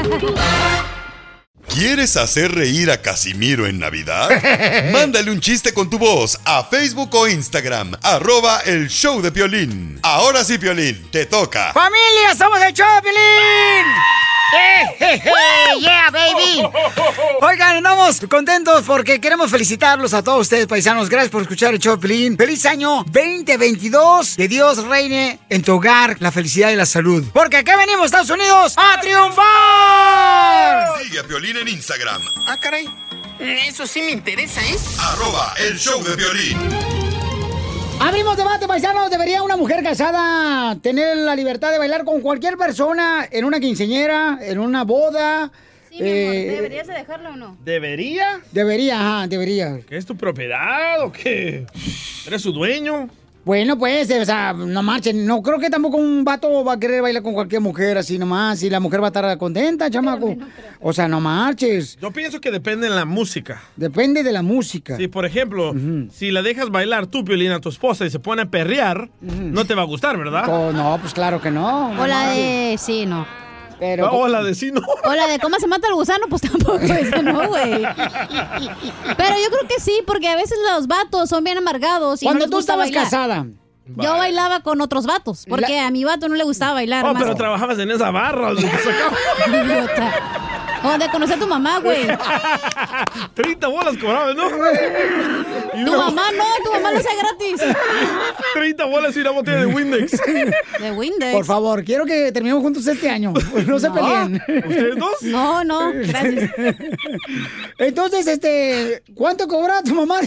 ¿Quieres hacer reír a Casimiro en Navidad? Mándale un chiste con tu voz a Facebook o Instagram, arroba el show de Piolín. Ahora sí, Piolín, te toca. ¡Familia, somos el show de Piolín! ¡Eh, eh, eh! ¡Yeah, baby! Oigan, andamos contentos porque queremos felicitarlos a todos ustedes, paisanos. Gracias por escuchar el show de Piolín. ¡Feliz año veinte veintidós! Que Dios reine en tu hogar la felicidad y la salud. Porque aquí venimos, Estados Unidos, a triunfar. Sigue a Piolín en Instagram. Ah, caray. Eso sí me interesa, ¿eh? Arroba el show de Piolín. Abrimos debate, paisanos. ¿Debería una mujer casada tener la libertad de bailar con cualquier persona en una quinceañera, en una boda? Sí, mi amor. Eh, ¿Deberías de dejarlo o no? ¿Debería? Debería, ajá, debería. ¿Qué es tu propiedad o qué? ¿Eres su dueño? Bueno, pues, o sea, no marchen. No creo que tampoco un vato va a querer bailar con cualquier mujer así nomás. Y la mujer va a estar contenta, chamaco. No, o sea, no marches. Yo pienso que depende de la música. Depende de la música. Sí, por ejemplo, uh-huh, si la dejas bailar tú, Piolín, a tu esposa y se pone a perrear, uh-huh, no te va a gustar, ¿verdad? Oh, no, pues claro que no. O la de... Sí, no. Pero, o la de sí, no. O la de cómo se mata el gusano, pues tampoco eso, no, güey. Pero yo creo que sí, porque a veces los vatos son bien amargados. Y Cuando no les tú gusta estabas bailar. casada. Yo bailaba con otros vatos, porque La... a mi vato no le gustaba bailar. Oh, más. pero trabajabas en esa barra. Idiota. Donde conocí a tu mamá, güey. treinta bolas cobrabas, ¿no? Tu mamá no, tu mamá lo hace gratis. treinta bolas y una botella de Windex. De Windex. Por favor, quiero que terminemos juntos este año. No se peleen. ¿Ustedes dos? No, no, gracias. Entonces, este, ¿cuánto cobra tu mamá?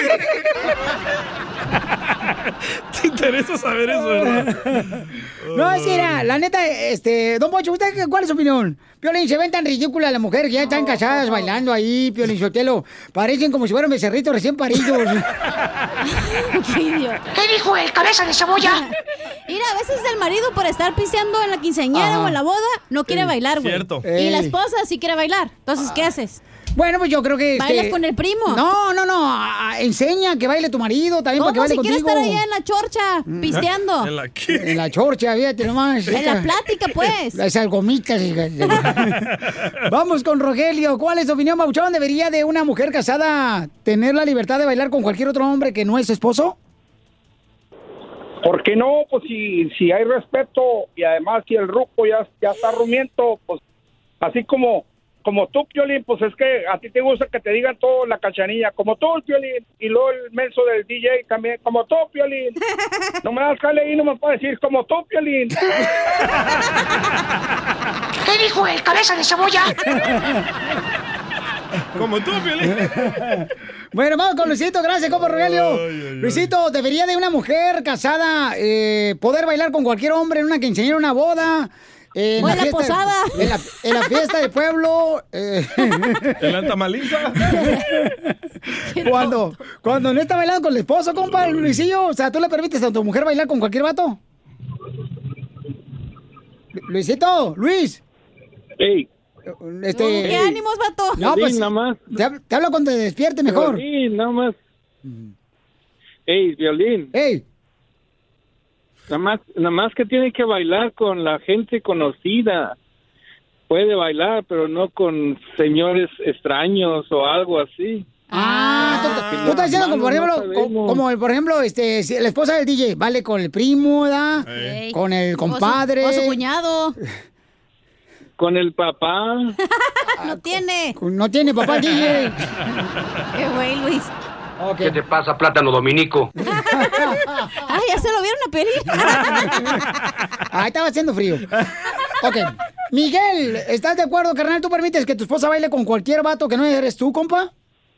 ¿Te interesa saber eso, verdad? No, es que era, la neta, este, don Pocho, ¿usted qué- cuál es su opinión? Piolín, se ven tan ridículas las mujeres que ya están casadas bailando ahí, Piolín Sotelo. Parecen como si fueran becerritos recién paridos. Qué idiota. ¿Qué dijo el cabeza de cebolla? Mira, a veces el marido por estar pisteando en la quinceañera Ajá. o en la boda no quiere Sí, bailar, güey. cierto. Y la Ey. esposa sí quiere bailar. Entonces, ¿qué haces? Bueno, pues yo creo que... este, ¿Bailas con el primo? No, no, no, a- a- enseña que baile tu marido también para que ¿Cómo baile si quiere contigo. estar allá en la chorcha, pisteando? ¿En la qué? En la chorcha, fíjate nomás. En la plática, pues. Esas gomitas. hija. Vamos con Rogelio. ¿Cuál es tu opinión, Bauchón? ¿Debería de una mujer casada tener la libertad de bailar con cualquier otro hombre que no es su esposo? ¿Por qué no? Pues si, si hay respeto y además si el ruco ya, ya está rumiento, pues así como como tú, Piolín, pues es que a ti te gusta que te digan todo la Cachanilla, como tú, Piolín, y luego el menso del D J también, como tú, Piolín. No me das jale ahí, no me puedes decir como tú, Piolín. ¿Qué dijo el cabeza de cebolla? Como tú, Piolín. Bueno, vamos con Luisito. Gracias, compa Rogelio. Luisito, ¿debería de una mujer casada eh, poder bailar con cualquier hombre en una quinceañera, una boda? Eh, O en la posada. En la, en la fiesta de pueblo. Eh, ¿En la tamaliza? cuando, cuando no está bailando con el esposo, compa, Luisillo. O sea, ¿tú le permites a tu mujer bailar con cualquier vato? Lu- Luisito, Luis. Hey. Este, ¿Qué ánimos, vato? No, pues, nada más. te, hab- te hablo cuando te despierte mejor. Violín, nada más. Ey, Violín. Ey. Nada más, nada más que tiene que bailar con la gente conocida. Puede bailar, pero no con señores extraños o algo así. Ah, tú, tú estás diciendo como por no ejemplo, co- sabemos. como el- por ejemplo, este, si la esposa del D J vale con el primo, ¿verdad? Ey. Con el O su- compadre. O su, cuñado. Con el papá. No tiene. No tiene papá el D J. Qué güey, Luis. Okay. ¿Qué te pasa, plátano dominico? Ay, ya se lo vieron a pedir. Ahí estaba haciendo frío. Ok. Miguel, ¿estás de acuerdo, carnal? ¿Tú permites que tu esposa baile con cualquier vato que no eres tú, compa?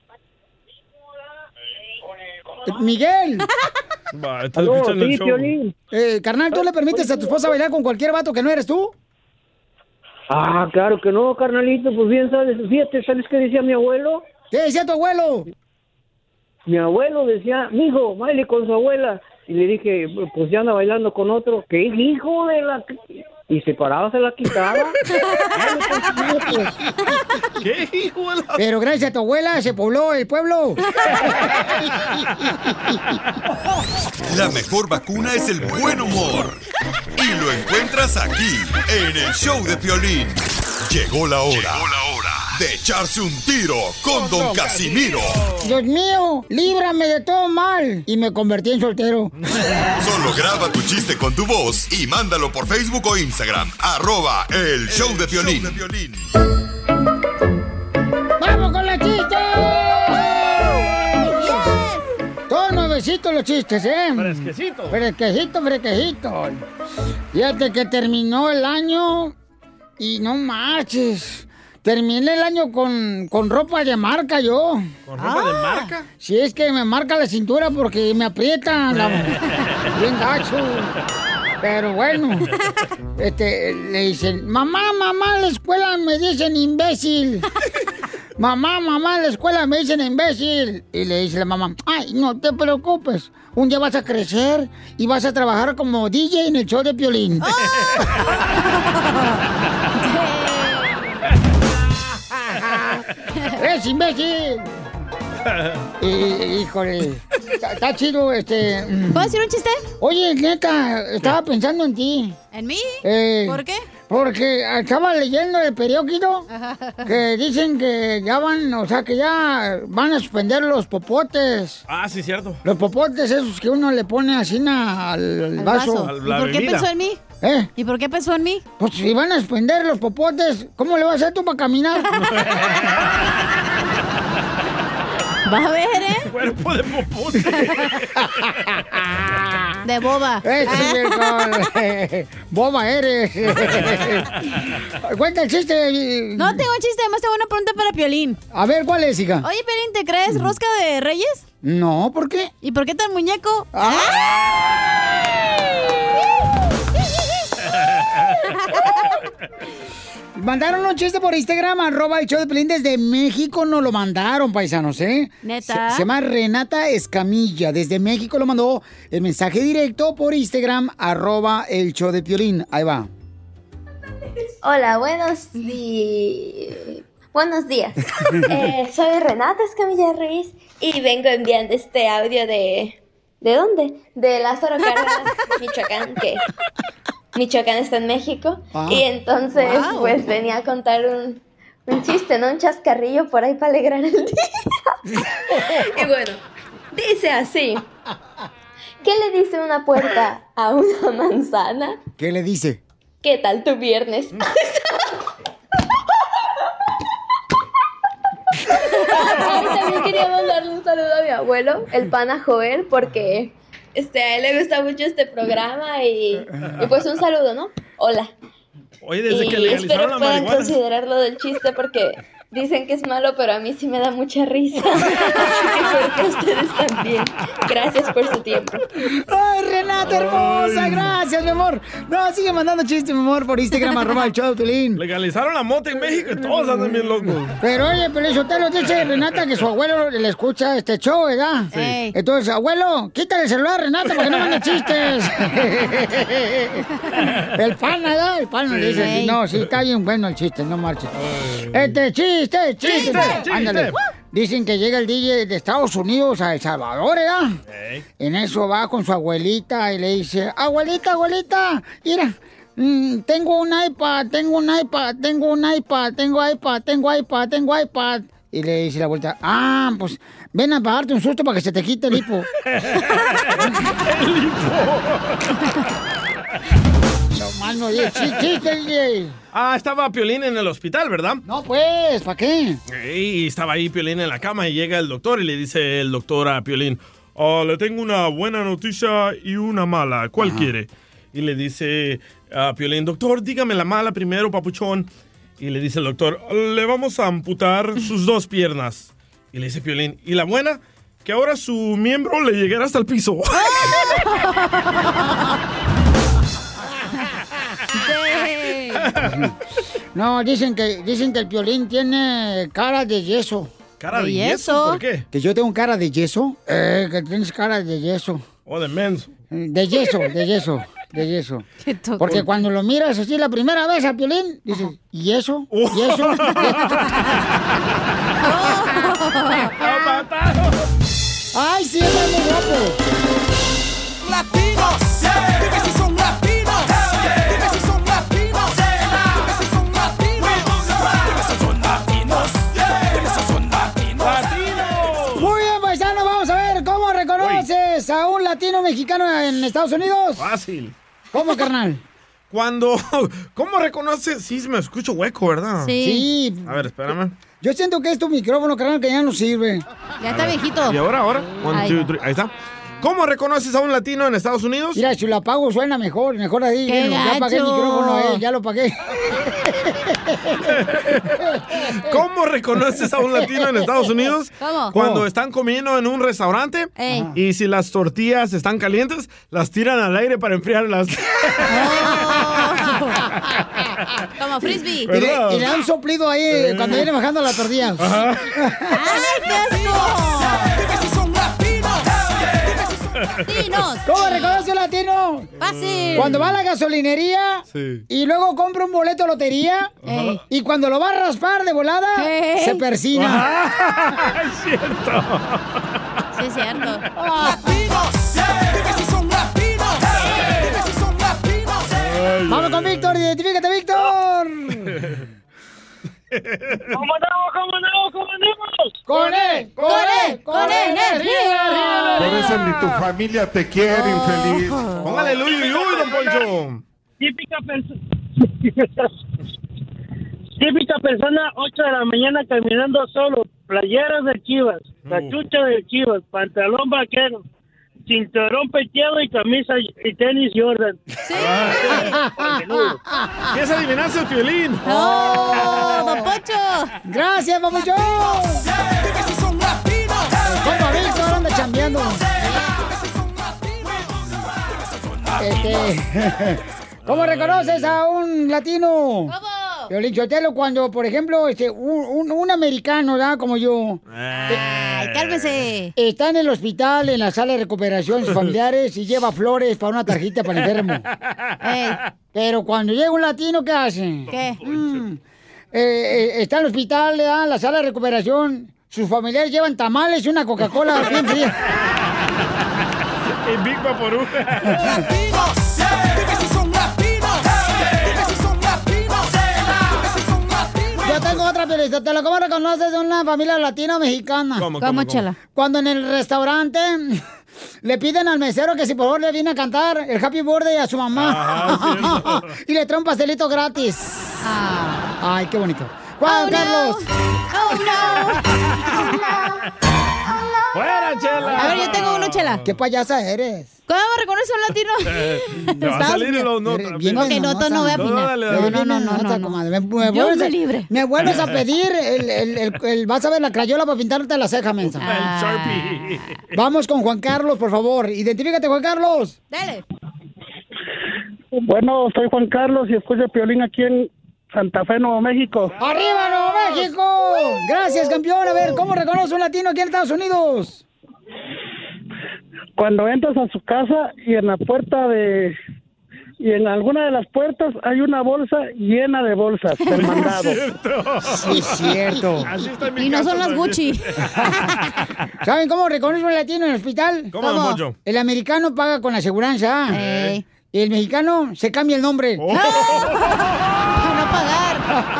Eh, Miguel. Va, estás Aló, escuchando sí, el show. Piolín. Eh, carnal, ¿tú le permites a tu esposa bailar con cualquier vato que no eres tú? Ah, claro que no, carnalito, pues bien sabes, fíjate, ¿sabes qué decía mi abuelo? ¿Qué decía tu abuelo? Mi abuelo decía, mijo, baile con su abuela. Y le dije, pues ya anda bailando con otro. ¿Qué hijo de la...? Y se paraba, se la quitaba. ¿Qué hijo de la... Pero gracias a tu abuela se pobló el pueblo. La mejor vacuna es el buen humor. Y lo encuentras aquí, en el show de Piolín. Llegó la hora, Llegó la hora de echarse un tiro con Don Casimiro. Dios mío, líbrame de todo mal. Y me convertí en soltero. Solo graba tu chiste con tu voz y mándalo por Facebook o Instagram. Arroba el show de Piolín. ¡Vamos con los chistes! Todos nuevecitos los chistes, ¿eh? Fresquecito. Fresquecito, fresquecito. Fíjate que terminó el año y no marches. Terminé el año con, con ropa de marca yo. ¿Con ropa Ah. de marca? Sí, es que me marca la cintura porque me aprieta la... bien gacho. Pero bueno, este, le dicen, mamá, mamá, en la escuela me dicen imbécil. Mamá, mamá, en la escuela me dicen imbécil. Y le dice la mamá, ay, no te preocupes. Un día vas a crecer y vas a trabajar como D J en el show de Piolín. ¡Es imbécil! Y, híjole, está, está chido, este... ¿Puedo decir un chiste? Oye, neta, estaba pensando en ti. ¿En mí? Eh, ¿Por qué? Porque estaba leyendo el periódico que dicen que ya van, o sea, que ya van a suspender los popotes. Ah, sí, cierto. Los popotes esos que uno le pone así na- al, Al vaso. vaso. ¿Y por qué pensó en mí? ¿Eh? ¿Y por qué pensó en mí? Pues si van a suspender los popotes, ¿cómo le vas a hacer tú para caminar? Va a ver, ¿eh? Cuerpo de popote. De boba. Eh, sí, viejo. Boba eres. Cuenta el chiste. No tengo un chiste, además tengo una pregunta para Piolín. A ver, ¿cuál es, hija? Oye, Piolín, ¿te crees rosca de Reyes? No, ¿por qué? ¿Y por qué tan muñeco? Mandaron un chiste por Instagram, arroba el show de Piolín desde México, nos lo mandaron, paisanos, ¿eh? ¿Neta? Se, se llama Renata Escamilla, desde México lo mandó el mensaje directo por Instagram, arroba el show de Piolín. Ahí va. Hola, buenos días. Buenos días. Eh, soy Renata Escamilla Ruiz y vengo enviando este audio de... ¿De dónde? De Lázaro Cárdenas, Michoacán, que Michoacán está en México. Ah. Y entonces, Wow. pues venía a contar un, un chiste, ¿no? Un chascarrillo por ahí para alegrar el día. Y bueno, dice así. ¿Qué le dice una puerta a una manzana? ¿Qué le dice? ¿Qué tal tu viernes? Ay, también quería mandarle un saludo a mi abuelo, el pana Joel, porque este, a él le gusta mucho este programa y, y pues un saludo, ¿no? Hola. Oye, desde y que legalizaron espero la puedan marihuana. considerarlo del chiste porque dicen que es malo, pero a mí sí me da mucha risa. Espero que ustedes también. Gracias por su tiempo. ¡Ay, Renata hermosa! Gracias, mi amor. No, sigue mandando chistes, mi amor, por Instagram, arroba el show de Piolín. Legalizaron la mota en México y todos andan bien locos. Pero oye, Piolín Sotelo, dice Renata que su abuelo le escucha este show, ¿verdad? Sí. Entonces, abuelo, quítale el celular, Renata, para que no mande chistes. El pana, ¿verdad? El pana le dice, Sí. no, sí, está bien bueno el chiste, no marches. Este, chiste, chiste. Chiste, chiste. Ándale. Dicen que llega el D J de Estados Unidos a El Salvador, ¿verdad? En eso va con su abuelita y le dice, abuelita, abuelita, mira, mm, tengo un iPad, tengo un iPad, tengo un iPad, tengo iPad, tengo iPad, tengo iPad. Y le dice la abuelita, ah, pues ven a pagarte un susto para que se te quite el hipo. El No, mano, oye, sí, chiste, D J. Ah, estaba Piolín en el hospital, ¿verdad? No, pues, ¿para qué? Y estaba ahí Piolín en la cama y llega el doctor y le dice el doctor a Piolín, "Ah, le tengo una buena noticia y una mala. ¿Cuál Ajá. quiere?" Y le dice a Piolín, doctor, dígame la mala primero, papuchón. Y le dice el doctor, le vamos a amputar sus dos piernas. Y le dice Piolín, ¿y la buena? Que ahora su miembro le llegará hasta el piso. No, dicen que, dicen que el Piolín tiene cara de yeso. ¿Cara de ¿De yeso? yeso? ¿Por qué? ¿Que yo tengo cara de yeso? Eh, que tienes cara de yeso. O de menso. De yeso, de yeso, de yeso. Porque cuando lo miras así la primera vez a Piolín, dices, ¿y eso? ¿Y eso? ¡Ay, sí, es muy guapo! ¡Latinos! Dime si son latinos. Dime si son latinos. Dime si son latinos. Dime si son latinos. Dime si son latinos. Muy bien, paisano, vamos a ver, ¿cómo reconoces a un latino mexicano en Estados Unidos? Fácil. ¿Cómo, carnal? Cuando... ¿Cómo reconoces? Sí, me escucho hueco, ¿verdad? Sí. A ver, espérame. Yo siento que es tu micrófono, carnal, que ya no sirve. Ya está viejito. ¿Y ahora, ahora? One, Ahí two, va. three. Ahí está. ¿Cómo reconoces a un latino en Estados Unidos? Mira, si lo apago suena mejor, mejor ahí. ¡Qué Bueno, ya apagué el gacho! micrófono, eh, ya lo apagué. ¿Cómo reconoces a un latino en Estados Unidos? ¿Cómo? Cuando ¿Cómo? están comiendo en un restaurante Ey. y si las tortillas están calientes, las tiran al aire para enfriarlas. Como frisbee. Y le, y le dan un soplido ahí eh, cuando viene bajando la tortilla. ¡Ay, qué asco! Dime si son latinos. ¡Latinos! ¿Cómo reconoce un latino? Fácil. Cuando va a la gasolinería Sí. y luego compra un boleto de lotería Ey. y cuando lo va a raspar de volada, Ey. se persina. Es cierto. Sí, es cierto. Latinos. Dime si son latinos. Dime si son latinos. Vamos con Víctor, identifícate, Víctor. ¿Cómo andamos? ¿Cómo andamos? ¿Cómo andamos? ¡Con él! ¡Con él! ¡Con energía! Por eso ni tu familia te quiere, infeliz. Póngale uy, uy, uy, don Poncho. Típica persona. Típica persona, ocho de la mañana caminando solo, playeras de Chivas, cachucha de Chivas, pantalón vaquero, cinturón peteado y camisa y tenis Jordan. Sí. ¿Quieres adivinarse el violín? ¡Oh, don Poncho! ¡Gracias, papuchón! ¿Cómo Víctor anda chambeando? Este, ¿Cómo reconoces a un latino? ¿Cómo? Piolín Sotelo, cuando, por ejemplo, este, un, un, un americano, ¿verdad? Como yo. Ay, cálmese. Está en el hospital, en la sala de recuperación, sus familiares, y lleva flores para una tarjeta para el enfermo. Ey, pero cuando llega un latino, ¿qué hace? ¿Qué? Mm, eh, eh, está en el hospital, ¿verdad? En la sala de recuperación, sus familiares llevan tamales y una Coca-Cola bien fría. Y Big Vaporú. Latinos, dime si son latinos, dime si son latinos, dime si son latinos. Yo tengo otra película. ¿Cómo reconoces de una familia latina o mexicana? ¿Cómo, cómo, cómo? Chela? Cuando en el restaurante le piden al mesero que si por favor le viene a cantar el Happy Birthday a su mamá. Ajá, y le trae un pastelito gratis. Ah. Ay, qué bonito. Juan Oh, Carlos. No. Oh, no. Oh, no. ¡Fuera, Chela! A ver, yo tengo uno, Chela. ¿Qué payasa eres? ¿Cómo reconoce a un latino? Te va a salir el no. Bien Ok, no, no, no voy a No, opinar. dale, dale. No, no, no, no, no. Me, me, Dios vuelves, me a- libre. me vuelves a pedir el, el, el, el- vas a ver la crayola para pintarte la ceja, mensa. El Sharpie. Vamos con Juan Carlos, por favor. Identifícate, Juan Carlos. Dale. Bueno, soy Juan Carlos y escucho Piolín aquí en Santa Fe, Nuevo México. ¡Arriba, Nuevo México! Gracias, campeón. A ver, ¿cómo reconoce un latino aquí en Estados Unidos? Cuando entras a su casa y en la puerta de... Y en alguna de las puertas hay una bolsa llena de bolsas del mandado. Sí, es cierto. Así está en mi Y no casa son las también. Gucci. ¿Saben cómo reconoce un latino en el hospital? ¿Cómo, don Poncho? El americano paga con la aseguranza. Ey. Y el mexicano se cambia el nombre. Oh. Para no pagar.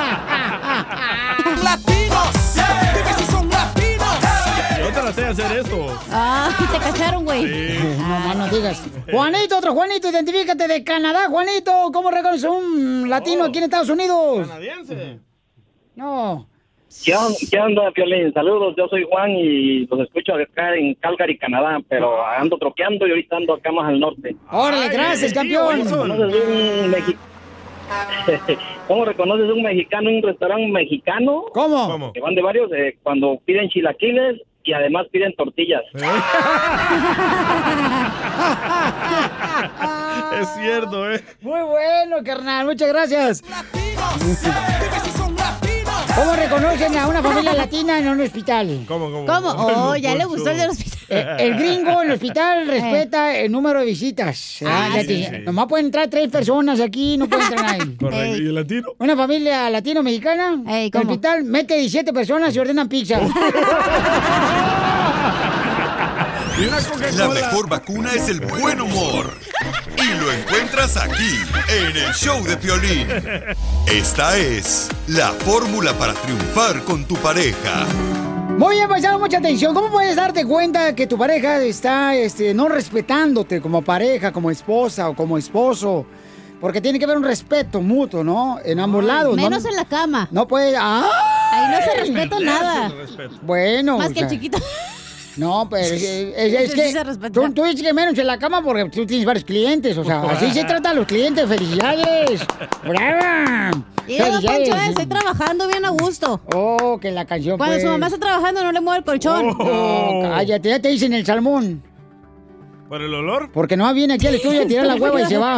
Latinos, dime si son latinos. Yo traté de hacer esto. Ah, te cacharon, güey. Sí. No más no digas. Juanito, otro Juanito, identifícate de Canadá, Juanito. ¿Cómo reconoce un latino Oh. aquí en Estados Unidos? Canadiense. No. ¿Qué onda, ¿Qué onda, Piolín? Saludos, yo soy Juan y los escucho acá en Calgary, Canadá, pero ando troqueando y ahorita ando acá más al norte. Órale, gracias, Ay, campeón. tío, ¿Conoces un mexi- ¿Cómo reconoces un mexicano en un restaurante mexicano? ¿Cómo? ¿Cómo? Que van de varios, eh, cuando piden chilaquiles y además piden tortillas. Es cierto, ¿eh? Muy bueno, carnal. Muchas gracias. Latinos, dime si son latinos. ¿Cómo reconocen a una familia latina en un hospital? ¿Cómo, cómo? ¿Cómo? Oh, ya le Poncho. gustó el del hospital. Eh, el gringo en el hospital respeta el número de visitas. Ah, Ya sí, te- sí. Nomás pueden entrar tres personas aquí, no pueden entrar nadie. Correcto. Ey. ¿Y el latino? Una familia latino-mexicana Ey, en el ¿cómo? hospital mete diecisiete personas y ordenan pizza. Y una La Coca-Cola. mejor vacuna es el buen humor. Y lo encuentras aquí, en el show de Piolín. Esta es la fórmula para triunfar con tu pareja. Muy bien, paisano, mucha atención. ¿Cómo puedes darte cuenta que tu pareja está este, no respetándote como pareja, como esposa o como esposo? Porque tiene que haber un respeto mutuo, ¿no? En ambos lados. Menos ¿no? en la cama. No puede... ¡Ay! Ahí no se respeta Le nada. hacen respeto. Bueno. Más o que el sea, chiquito. No, pero es, es- es Ese sí que se respeta. tú, tú dices que menos en la cama porque tú tienes varios clientes. O sea, así se trata a los clientes. ¡Felicidades! ¡Brava! Y luego, ¡Felicidades! Poncho, eh, estoy trabajando bien a gusto. Oh, que la canción Cuando pues. su mamá está trabajando, no le mueve el colchón. Oh. No, cállate, ya te dicen el salmón. ¿Por el olor? Porque no viene aquí al estudio a tirar la hueva y se va.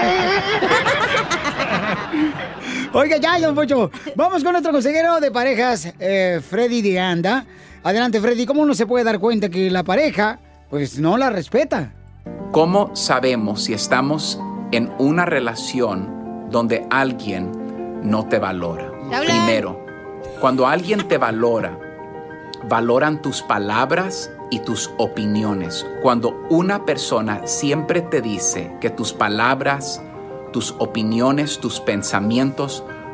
Oiga, ya, don Pocho. Vamos con nuestro consejero de parejas, eh, Freddy de Anda. Adelante, Freddy. ¿Cómo uno se puede dar cuenta que la pareja, pues, no la respeta? ¿Cómo sabemos si estamos en una relación donde alguien no te valora? Habla. Primero, cuando alguien te valora, valoran tus palabras y tus opiniones. Cuando una persona siempre te dice que tus palabras, tus opiniones, tus pensamientos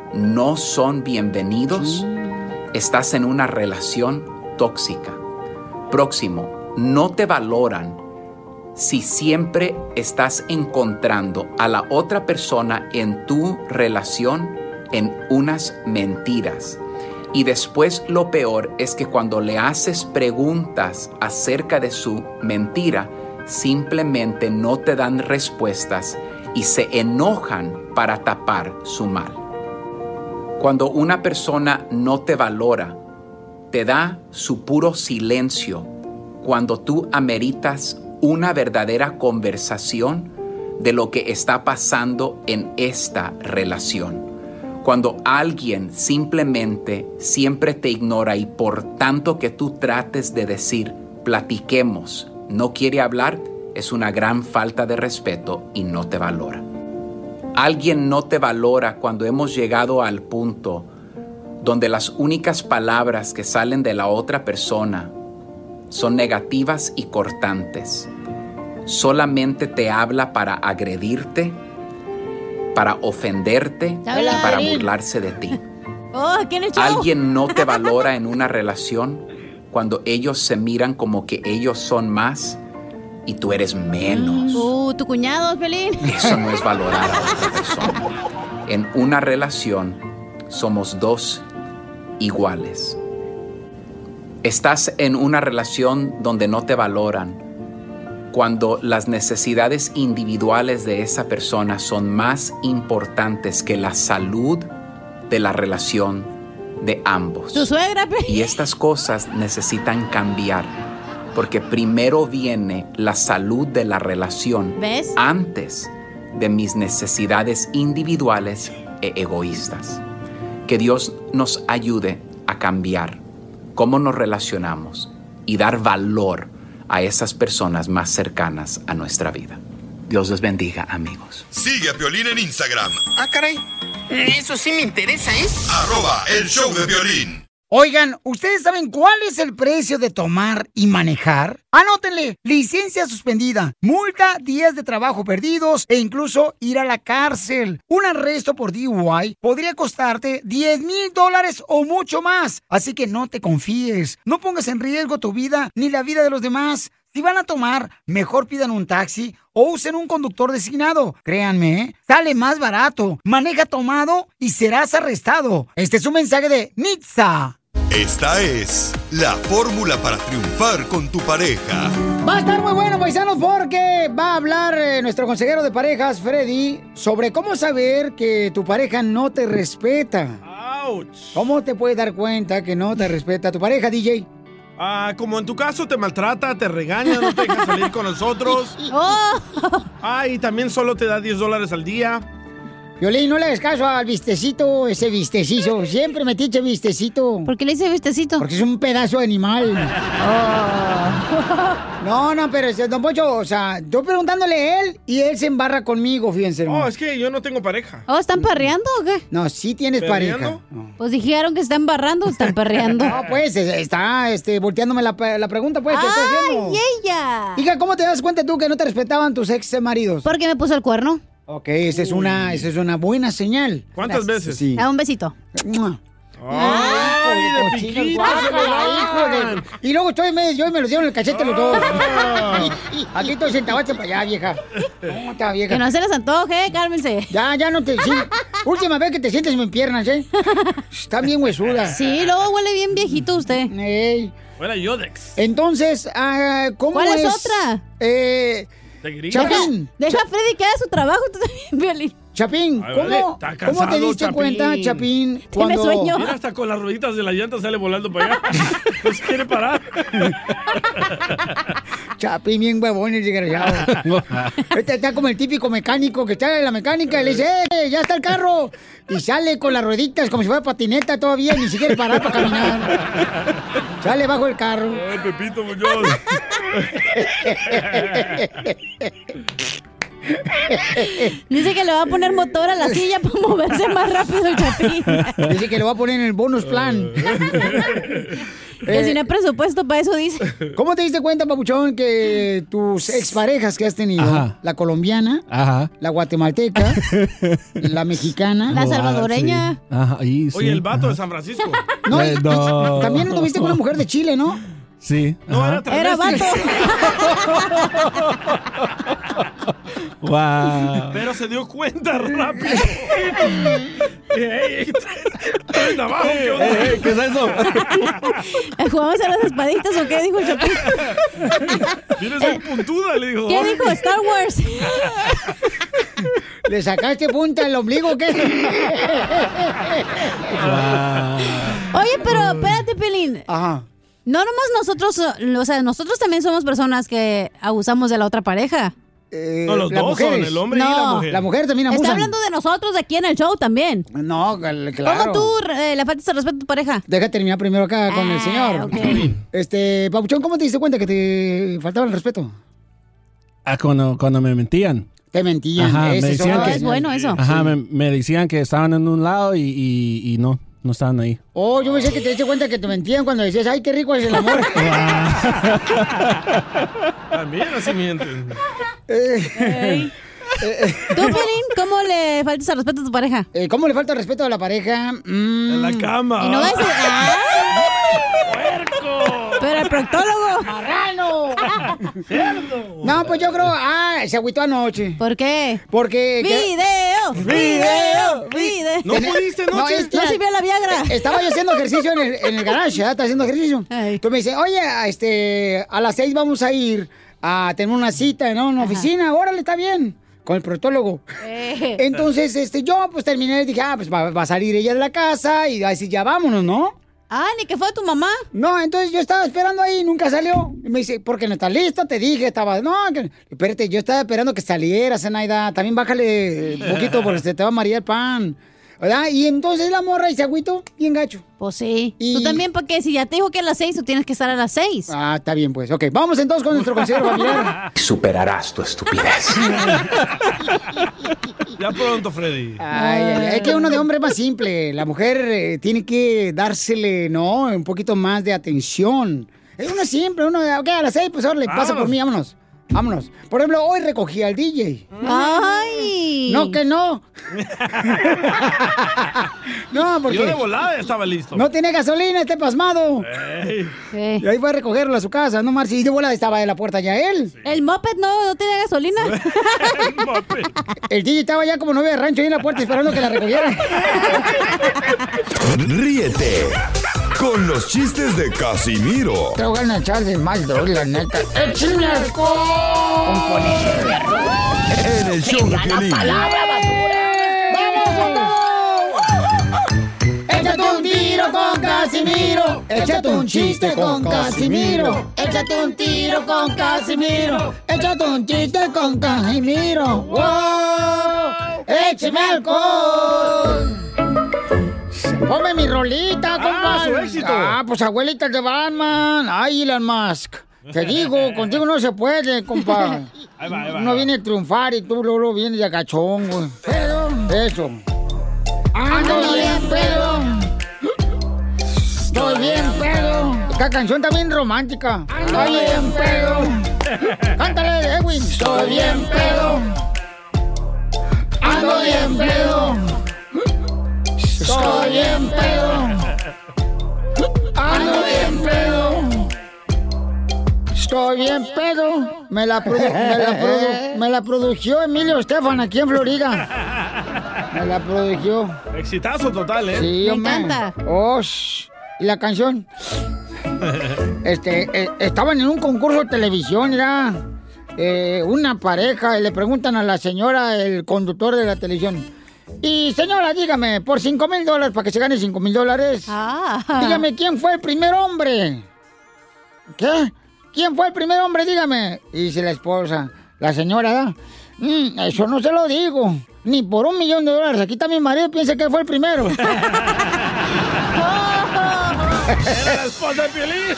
no son bienvenidos, estás en una relación tóxica. Próximo, no te valoran si siempre estás encontrando a la otra persona en tu relación en unas mentiras. Y después lo peor es que cuando le haces preguntas acerca de su mentira, simplemente no te dan respuestas y se enojan para tapar su mal. Cuando una persona no te valora, te da su puro silencio cuando tú ameritas una verdadera conversación de lo que está pasando en esta relación. Cuando alguien simplemente siempre te ignora y por tanto que tú trates de decir, platiquemos, no quiere hablar, es una gran falta de respeto y no te valora. Alguien no te valora cuando hemos llegado al punto donde las únicas palabras que salen de la otra persona son negativas y cortantes. Solamente te habla para agredirte, para ofenderte y para burlarse de ti. Oh, ¿quién echó? Alguien no te valora en una relación cuando ellos se miran como que ellos son más y tú eres menos. Uh, tu cuñado, Pelín. Eso no es valorar a otra persona. En una relación somos dos iguales. Estás en una relación donde no te valoran cuando las necesidades individuales de esa persona son más importantes que la salud de la relación de ambos. Tu suegra, Pelín. Y estas cosas necesitan cambiar porque primero viene la salud de la relación. ¿Ves? Antes de mis necesidades individuales e egoístas. Que Dios nos ayude a cambiar cómo nos relacionamos y dar valor a esas personas más cercanas a nuestra vida. Dios los bendiga, amigos. Sigue a Piolín en Instagram. Ah, caray. Eso sí me interesa, ¿eh? Arroba el show de Piolín. Oigan, ¿ustedes saben cuál es el precio de tomar y manejar? Anótenle, licencia suspendida, multa, días de trabajo perdidos e incluso ir a la cárcel. Un arresto por D U I podría costarte diez mil dólares o mucho más. Así que no te confíes, no pongas en riesgo tu vida ni la vida de los demás. Si van a tomar, mejor pidan un taxi o usen un conductor designado. Créanme, ¿eh? Sale más barato. Maneja tomado y serás arrestado. Este es un mensaje de Nitza. Esta es la fórmula para triunfar con tu pareja. Va a estar muy bueno, paisanos, porque va a hablar eh, nuestro consejero de parejas, Freddy, sobre cómo saber que tu pareja no te respeta. ¡Auch! ¿Cómo te puedes dar cuenta que no te respeta tu pareja, D J? Ah, como en tu caso te maltrata, te regaña, no te deja salir con nosotros. Oh. Ah, y también solo te da diez dólares al día. Violín, no le hagas caso al vistecito, ese vistecito. Siempre me tiche vistecito. ¿Por qué le dice vistecito? Porque es un pedazo de animal. Oh. No, no, pero don Poncho, o sea, estoy preguntándole a él y él se embarra conmigo, fíjense. Oh, ¿no? Es que yo no tengo pareja. Oh, ¿están parreando o qué? No, sí tienes pareja. No. Pues dijeron que están embarrando o están perreando. No, pues, está este, volteándome la, la pregunta, pues, ¿qué está haciendo? ¡Ay, ella! Hija, ¿cómo te das cuenta tú que no te respetaban tus ex maridos? Porque me puso el cuerno. Ok, esa es una, esa es una buena señal. ¿Cuántas Gracias. veces? Sí. Da un besito. ¡Ay, de piquito! ¡Híjole! Y luego estoy medio, yo me lo dieron en el cachete los dos. Aquí estoy sentado, para allá, vieja. ¿Cómo está, vieja? Que no se les antoje, cálmense. Ya, ya no te... Sí. Última vez que te sientes en mis piernas, ¿eh? Están bien huesudas. Sí, luego huele bien viejito usted. Ey. Huele a Yodex. Entonces, uh, ¿cómo ¿Cuál es, es otra? Eh... Chapín. Deja, deja a Freddy que haga su trabajo, tú también, Violín. Chapín, ¿cómo, ¿cómo te diste Chapín. cuenta, Chapín, cuando... sueño? Mira, hasta con las rueditas de la llanta sale volando para allá. No se quiere parar. Chapín, bien huevón, el desgraciado. Este está como el típico mecánico que está en la mecánica y le dice, ¡eh, ya está el carro! Y sale con las rueditas como si fuera patineta todavía, ni siquiera parar para caminar. Sale bajo el carro. Ay, Pepito Muñoz. Dice que le va a poner motor a la silla para moverse más rápido el Chapín. Dice que lo va a poner en el bonus plan. Que si no hay presupuesto para eso, dice. ¿Cómo te diste cuenta, papuchón, que tus exparejas que has tenido, Ajá. la colombiana, Ajá. la guatemalteca, la mexicana, la salvadoreña? Sí. Ajá, ahí, sí. Oye, el vato de San Francisco. No, Eh, y- no. y también anduviste con una mujer de Chile, ¿no? Sí. No, ajá. era Era travesti. Wow. Pero se dio cuenta rápido. Ey, ey, trae navajo, ¿qué onda? Eh, eh, ¿qué es eso? ¿Jugamos a las espaditas o qué dijo el Chapín? Tienes bien puntuda, le dijo. ¿Qué dijo? Star Wars. ¿Le sacaste punta al ombligo o qué? Oye, pero espérate, Pelín. Ajá. No nomás nosotros, o sea, nosotros también somos personas que abusamos de la otra pareja. Eh, No, los las dos mujeres. son, el hombre y la No. mujer. La mujer también abusan. Está hablando de nosotros aquí en el show también. No, gal- claro. ¿Cómo tú eh, le faltas el respeto a tu pareja? Deja terminar primero acá con el señor. ok. Este, Papuchón, ¿cómo te diste cuenta que te faltaba el respeto? Ah, cuando, cuando me mentían. Te mentían. Ajá, ese me es decían otro que- Es señal. bueno eso. Ajá, me, me decían que estaban en un lado y, y, y no, no estaban ahí. Oh, yo pensé que te diste cuenta que te mentían cuando decías, ay, qué rico es el amor. También así mienten. Eh, ¿Tú, Pelín, cómo le faltas el respeto a tu pareja? eh, ¿Cómo le falta el respeto a la pareja? Mm. En la cama. Y no vas a... ¡Ah! ¡Puerco! Pero el proctólogo. ¡Marrano! No, pues yo creo, ah, se agüitó anoche. ¿Por qué? Porque... ¡Video! ¡Video! ¡Video! ¿No pudiste No, anoche? es que- ¿No sirvió la Viagra? Estaba yo haciendo ejercicio en el, en el garage, ¿eh? Estaba haciendo ejercicio. Ay. Tú me dices, oye, a este, a las seis vamos a ir a tener una cita, ¿no? En una oficina. Órale, está bien. Con el proctólogo. Eh. Entonces, este, yo pues terminé y dije, ah, pues va, va a salir ella de la casa y va a decir, ya vámonos, ¿no? Ah, ni que fue tu mamá. No, entonces yo estaba esperando ahí y nunca salió. Y me dice, ¿por qué no estás listo? Te dije, estaba, no, que... espérate, yo estaba esperando que saliera, Zenaida. También bájale un poquito porque se te va a marear el pan. ¿Verdad? Y entonces la morra y se agüitó bien gacho. Pues sí. Y- Tú también, porque si ya te dijo que a las seis, tú tienes que estar a las seis. Ah, está bien, pues. Ok, vamos entonces con nuestro consejero familiar. Superarás tu estupidez. Ya pronto, Freddy. Ay, ay, ay, es que uno de hombre es más simple. La mujer eh, tiene que dársele, ¿no? Un poquito más de atención. Es uno simple, uno de, ok, a las seis, pues ahora le pasa por mí, vámonos. Vámonos. Por ejemplo, hoy recogí al D J. ¡Ay! No, que no. No, porque Yo de volada estaba listo. no tiene gasolina, esté pasmado. Ey. Sí. Y ahí fue a recogerlo a su casa, ¿no, Marci? Y de volada estaba en la puerta ya él. El moped no, no tenía gasolina. El D J estaba ya como novia de rancho ahí en la puerta esperando que la recogieran. Ríete con los chistes de Casimiro Te voy a echar de mal, droga, la neta. ¡Échame alcohol! en el show de Piolín. Échate un tiro con Casimiro. Échate un chiste con Casimiro. Échate un tiro con Casimiro. Échate un chiste con Casimiro. ¡Wow! ¡Écheme alcohol! Ponme mi rolita, compa. su éxito. Ah, pues abuelita de Batman. Ay, Elon Musk. Te digo, contigo no se puede, compa. Ahí va, ahí va. Uno viene a triunfar y tú luego, luego vienes de agachón, güey. Eso. Ando bien pedo. Estoy bien pedo. Esta canción está bien romántica. Ando bien pedo. Cántale, Edwin. Estoy bien pedo. Ando bien pedo. Estoy bien pedo. Ando bien pedo. Estoy bien pedo. Me la, produ me la, produ me la produjo Emilio Estefan aquí en Florida. Me la produjo. Exitazo total, ¿eh? Sí, Me hombre. encanta. Oh, shh. ¿Y la canción? Este, eh, estaban en un concurso de televisión, era eh, una pareja, y le preguntan a la señora, el conductor de la televisión, y señora, dígame, por cinco mil dólares, para que se gane cinco mil dólares, Ah. dígame, ¿quién fue el primer hombre? ¿Qué? ¿Quién fue el primer hombre? Dígame. Y dice la esposa, la señora, ¿da? Mm, eso no se lo digo, ni por un millón de dólares, aquí está mi marido, piensa que él fue el primero. Era la esposa de Piolín.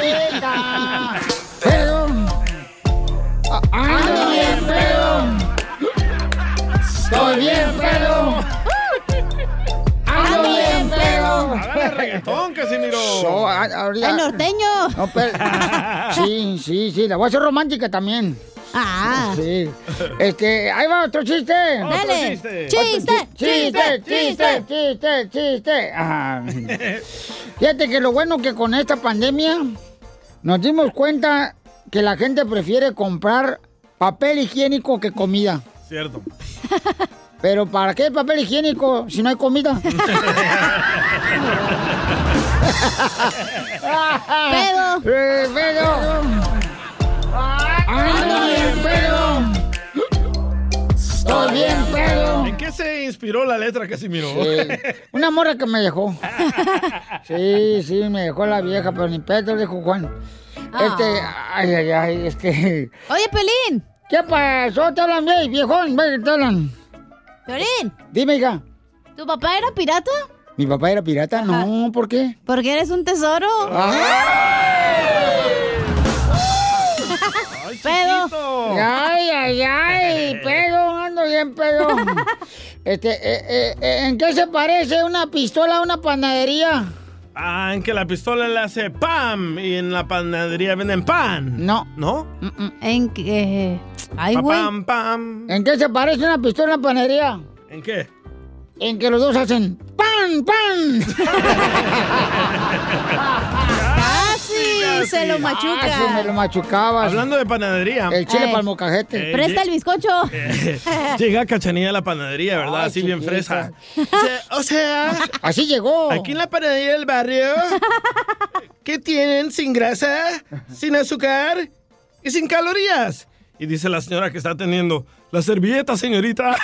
¡Esta! ¡Pedo! ¡Ando bien pedo! pasó? A- ahorita- El norteño. No, pero- Sí, sí, sí, la voy a hacer romántica también. Ah. Sí. Este, ahí va otro chiste. Dale. Otro Chiste, chi- chiste, chiste, chiste, chiste. Ah. Fíjate que lo bueno que con esta pandemia nos dimos cuenta que la gente prefiere comprar papel higiénico que comida. Cierto. Pero ¿para qué papel higiénico si no hay comida? Pedo. Eh, pedo. Ando bien pedo. Estoy bien pedo. ¿En qué se inspiró la letra, Casimiro? Sí. Una morra que me dejó. Sí, sí, me dejó la vieja, pero ni pedo, dijo Juan. Este, ay, ay, ay, es que... Oye, Pelín. ¿Qué pasó? Te hablan bien, viejón, ven, te hablan. Pelín. Dime, hija. ¿Tu papá era pirata? ¿Mi papá era pirata? No, ¿por qué? Porque eres un tesoro. Pedo. Ay, ay, ay, pedo, ando bien pedo. Este, eh, eh, eh, ¿en qué se parece una pistola a una panadería? Ah, en que la pistola le hace pam y en la panadería venden pan. No. ¿No? En que... Ay, Pa- güey. pam, pam. ¿En qué se parece una pistola a una panadería? ¿En qué? En que los dos hacen ¡pan, pan! Casi, se lo machuca. Ah, sí, me lo machucabas. Hablando de panadería. El chile Ay. para el mocajete. Eh, Presta lle- el bizcocho. eh, Llega Cachanilla a la panadería, ¿verdad? Ay, Así bien chiquita. fresa. Dice, o sea, Así llegó. aquí en la panadería del barrio, ¿qué tienen sin grasa, sin azúcar y sin calorías? Y dice la señora que está atendiendo, la servilleta, señorita.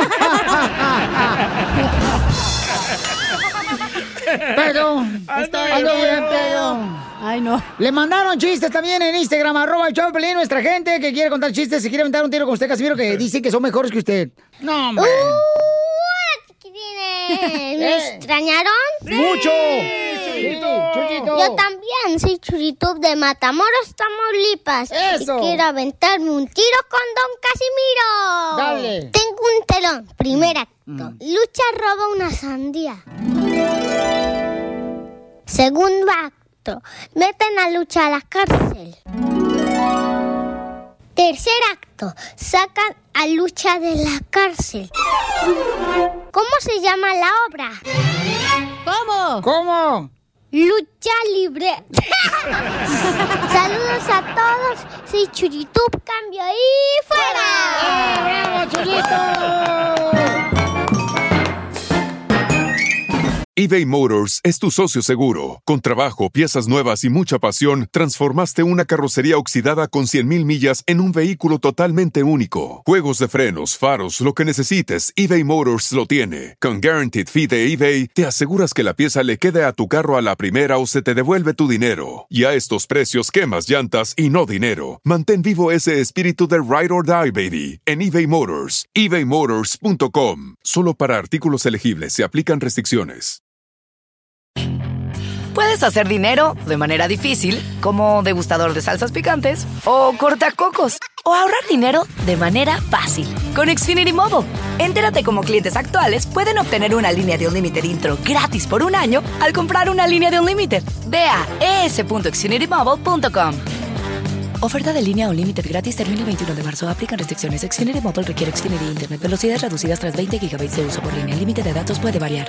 Pedo. Ando Ando bien bien pedo. Ay, no. Le mandaron chistes también en Instagram, arroba el show de Pelín, nuestra gente que quiere contar chistes, se quiere aventar un tiro con usted, Casimiro, que dice que son mejores que usted. No, hombre. ¿Me Eh. extrañaron? ¡Mucho! Sí, Chuyito. Yo también soy Churito de Matamoros, Tamaulipas. Eso. Y quiero aventarme un tiro con Don Casimiro. Dale. Tengo un telón. Primer acto. Lucha roba una sandía. Segundo acto. Meten a Lucha a la cárcel. Tercer acto. Sacan a Lucha de la cárcel. ¿Cómo se llama la obra? ¿Cómo? ¿Cómo? Lucha libre. Saludos a todos. Soy Churitup, cambio y fuera. ¡Bravo, Chuyito! eBay Motors es tu socio seguro. Con trabajo, piezas nuevas y mucha pasión, transformaste una carrocería oxidada con cien mil millas en un vehículo totalmente único. Juegos de frenos, faros, lo que necesites, eBay Motors lo tiene. Con Guaranteed Fee de eBay, te aseguras que la pieza le quede a tu carro a la primera o se te devuelve tu dinero. Y a estos precios, quemas llantas y no dinero. Mantén vivo ese espíritu de Ride or Die, baby, en eBay Motors. ebay motors punto com. Solo para artículos elegibles se aplican restricciones. Puedes hacer dinero de manera difícil, como degustador de salsas picantes, o cortacocos, o ahorrar dinero de manera fácil con Xfinity Mobile. Entérate cómo clientes actuales pueden obtener una línea de Unlimited intro gratis por un año al comprar una línea de Unlimited. Ve a e s punto xfinity mobile punto com. Oferta de línea Unlimited gratis termina el veintiuno de marzo. Aplican restricciones. Xfinity Mobile requiere Xfinity Internet. Velocidades reducidas tras veinte gigabytes de uso por línea. El límite de datos puede variar.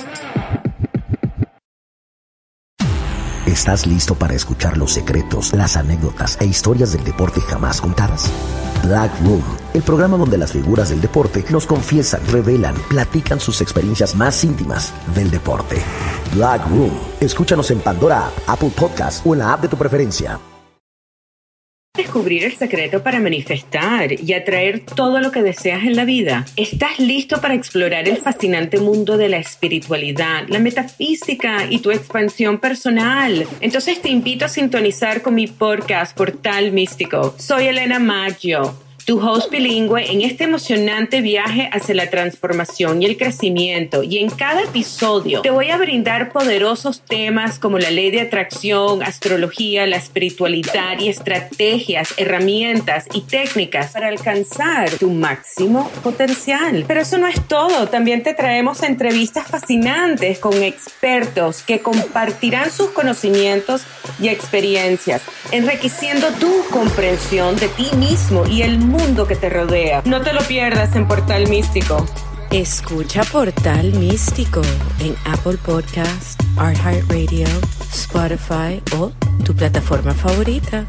¿Estás listo para escuchar los secretos, las anécdotas e historias del deporte jamás contadas? Black Room, el programa donde las figuras del deporte nos confiesan, revelan, platican sus experiencias más íntimas del deporte. Black Room. Escúchanos en Pandora, Apple Podcast o en la app de tu preferencia. Descubrir el secreto para manifestar y atraer todo lo que deseas en la vida. ¿Estás listo para explorar el fascinante mundo de la espiritualidad, la metafísica y tu expansión personal? Entonces te invito a sintonizar con mi podcast Portal Místico. Soy Elena Maggio, tu host bilingüe en este emocionante viaje hacia la transformación y el crecimiento. Y en cada episodio te voy a brindar poderosos temas como la ley de atracción, astrología, la espiritualidad y estrategias, herramientas y técnicas para alcanzar tu máximo potencial. Pero eso no es todo. También te traemos entrevistas fascinantes con expertos que compartirán sus conocimientos y experiencias, enriqueciendo tu comprensión de ti mismo y el mundo que te rodea. No te lo pierdas en Portal Místico. Escucha Portal Místico en Apple Podcast, iHeartRadio, Spotify o tu plataforma favorita.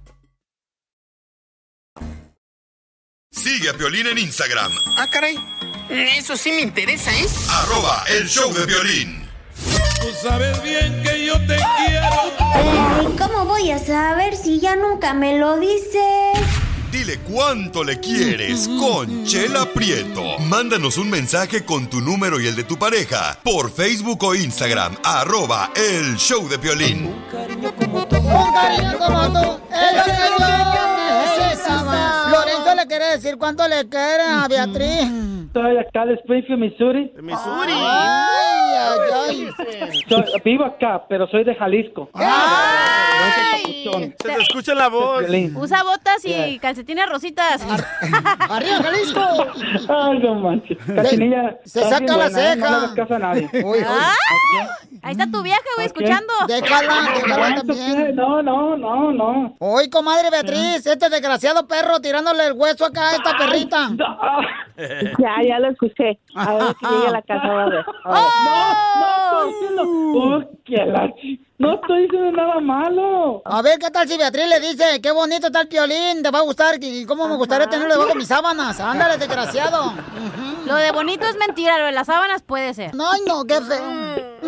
Sigue a Piolín en Instagram. Ah, caray. Eso sí me interesa, ¿eh? Arroba el show de Piolín. Tú sabes bien que yo te quiero. Ay, ¿cómo voy a saber si ya nunca me lo dices? Dile cuánto le quieres con Chela Prieto. Mándanos un mensaje con tu número y el de tu pareja por Facebook o Instagram, arroba el show de Piolín. Un cariño como tú, es lo que yo necesitaba. Lorenzo le quiere decir cuánto le quiere a Beatriz. Estoy acá de Springfield, Missouri. Missouri. Ay, ay, ay. Soy- vivo acá, pero soy de Jalisco. ¡Ay! Se te escucha la voz. Usa botas y Yeah. calcetines rositas. ¡Arriba, Jalisco! Ay, no manches. Cachinilla, Se estás saca bien la buena, ¿eh? ceja. No le hagas caso a nadie. Uy, uy. Ahí está tu vieja, güey, Ok. escuchando. Déjala, déjala ¿Cuánto también. quieres? No, no, no, no. Oye, comadre Beatriz, este desgraciado perro tirándole el hueso acá a esta perrita. Ya, ya lo escuché. A ver si llega a la casa, va a ver. A ver. No, no estoy diciendo. Uy, que la chi- No estoy diciendo nada malo. A ver, ¿qué tal si Beatriz le dice, qué bonito está el Piolín, te va a gustar, y cómo me gustaría tenerlo debajo de mis sábanas? Ándale, desgraciado. Lo de bonito es mentira, lo de las sábanas puede ser. No, no, qué feo.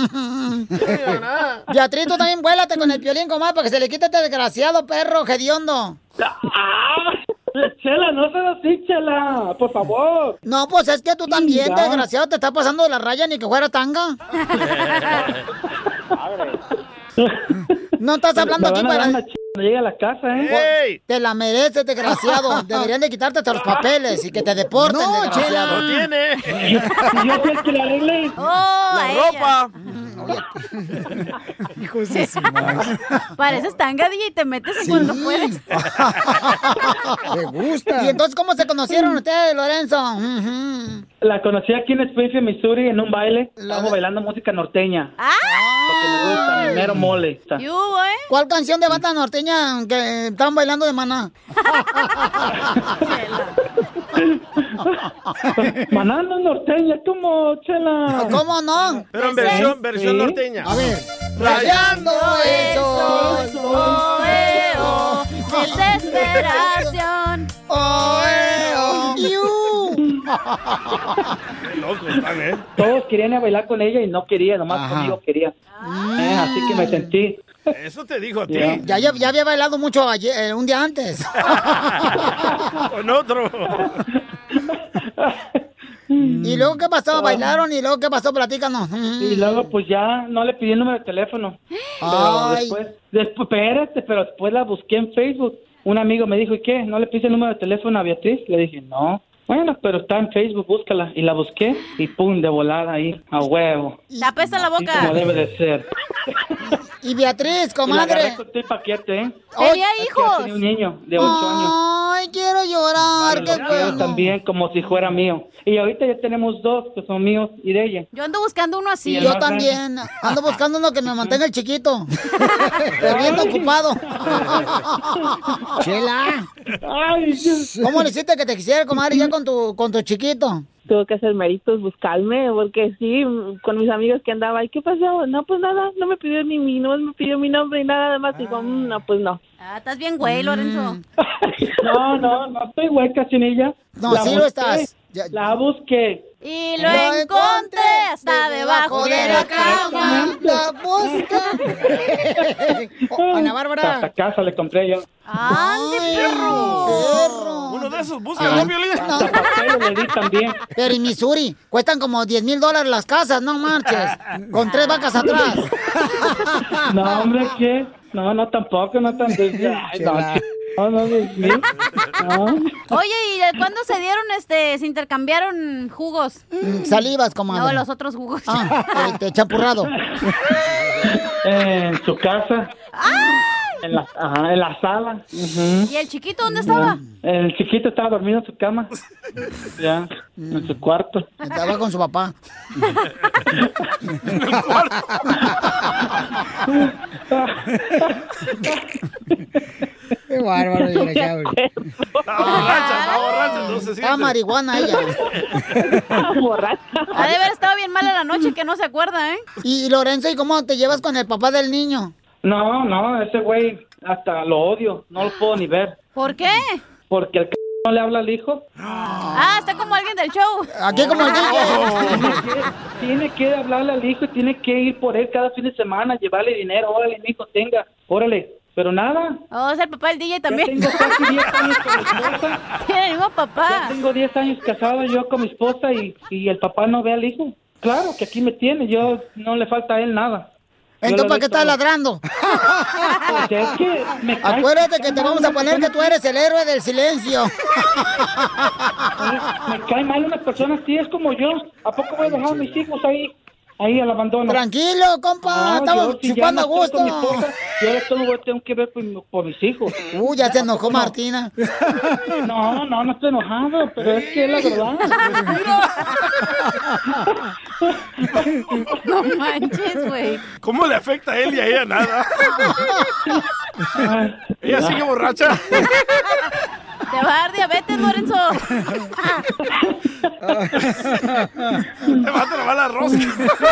Beatriz, tú también vuélate con el Piolín, comadre, para que se le quite este desgraciado perro hediondo. Chela, no seas así, Chela, por favor. No, pues es que tú también, Ya. desgraciado, te está pasando de la raya ni que fuera tanga. No estás hablando Me aquí van a dar para... una ch- cuando llegue a la casa, ¿eh? Pues, te la mereces, desgraciado. Deberían de quitarte hasta los papeles y que te deporten, No, desgraciado. Chela. No tiene. Yo soy el que la arregle. Oh, La a ella. ropa. Hijos de su madre. Pareces tanga, D J, y te metes en cuando puedes. Me gusta. ¿Y entonces cómo se conocieron ustedes, Lorenzo? La conocí aquí en Springfield, Missouri, en un baile. Estábamos bailando música norteña. ¡Ah! Porque me gusta, mi mero mole. Está. ¿Cuál canción de banda norteña que estaban bailando de Maná? Maná no es norteña, ¿cómo, Chela? ¿Cómo no? Pero en versión, versión Sí. norteña. A ver. Rayando el sol. Oh, eh, oh, desesperación. Oh, eh, oh. Iu. Locos están, ¿eh? Todos querían ir a bailar con ella y no quería, nomás Ajá. conmigo quería. Eh, así que me sentí. Eso te dijo a ti. Ya. Ya, ya, ya había bailado mucho ayer, eh, un día antes. Con otro. ¿Y luego qué pasó? ¿Bailaron? ¿Y luego qué pasó? Platícanos. Y luego pues ya no le pedí el número de teléfono. Pero Ay. después, después, espérate, pero después la busqué en Facebook. Un amigo me dijo, ¿y qué? ¿No le puse el número de teléfono a Beatriz? Le dije, no. Bueno, pero está en Facebook, búscala. Y la busqué y pum, de volada ahí, a huevo. Te apesta la Así boca. como debe de ser. Y Beatriz, Y la comadre. agarré con todo el paquete, ¿eh? Tenía Es que hijos. tenía un niño de ocho años. Ay, quiero llorar, Y qué lo quiero bueno. también como si fuera mío. Y ahorita ya tenemos dos que son míos y de ella. Yo ando buscando uno así. Y el Yo más también. Ando buscando uno que me mantenga el chiquito. Pero bien ocupado. Chela. Ay, Dios. ¿Cómo le hiciste que te quisiera, comadre, ya con tu, con tu chiquito? Tuvo que hacer méritos buscarme, porque sí, con mis amigos que andaba, ¿y qué pasó? No, pues nada, no me pidió ni mi, no me pidió mi nombre y nada, además digo, "Mm, no, pues no. Ah, estás bien güey, Lorenzo. No, no, no estoy hueca sin ella. No, La sí lo busqué, estás. La busqué. Y lo encontré hasta debajo de la cama. La busca. Oh, Ana Bárbara. Hasta casa le compré yo. ¡Ande, perro! Perro. Uno de esos, búscalo, Piolín. Hasta papel le di también. Pero en Missouri cuestan como diez mil dólares las casas, no marches. Con tres vacas atrás. No, hombre, ¿qué? No, no, tampoco, no tan... Ay, no, ch- no, no, Dios mío. No. Oye, ¿y de cuándo se dieron, este, se intercambiaron jugos? Mm, Salivas, comadre. No, los otros jugos. Ah, este, champurrado. En su casa. ¡Ay! En la, ajá, en la sala. Ujú. ¿Y el chiquito dónde estaba? El chiquito estaba dormido en su cama. Ya, en su cuarto. Estaba con su papá. Qué bárbaro, desgraciado. Está borracha, está borracha, no se siente. Está marihuana ella. Borracha. Ha de haber estado bien mala la noche que no se acuerda, ¿eh? Y Lorenzo, ¿y cómo te llevas con el papá del niño? No, no, ese güey hasta lo odio. No lo puedo ni ver. ¿Por qué? Porque el c... no le habla al hijo. Ah, está como alguien del show. Aquí como el Tiene que, tiene que hablarle al hijo y tiene que ir por él cada fin de semana, llevarle dinero. Órale, mi hijo, tenga. Órale. Pero nada. Oh, es el papá del D J también. Ya tengo casi diez años con mi esposa. Tiene el mismo papá. Ya tengo diez años casado yo con mi esposa y, y el papá no ve al hijo. Claro que aquí me tiene. Yo no le falta a él nada. Entonces, ¿para qué estás ladrando? Pues es que me cae... Acuérdate que te vamos a poner que tú eres el héroe del silencio. Me cae mal una persona así, es como yo. ¿A poco voy a dejar a mis hijos ahí, ahí al abandono? Tranquilo, compa, No, estamos yo, si chupando ya a no estoy gusto. con mi esposa, yo ahora todo tengo que ver por, mi- por mis hijos. Uh, ya se enojó Martina. No, no, no estoy enojado, pero es que es la verdad. No manches, güey. ¿Cómo le afecta a él y a ella nada? ¿Ella sigue borracha? Te va a dar diabetes, Lorenzo. Te va a trabar la rosca.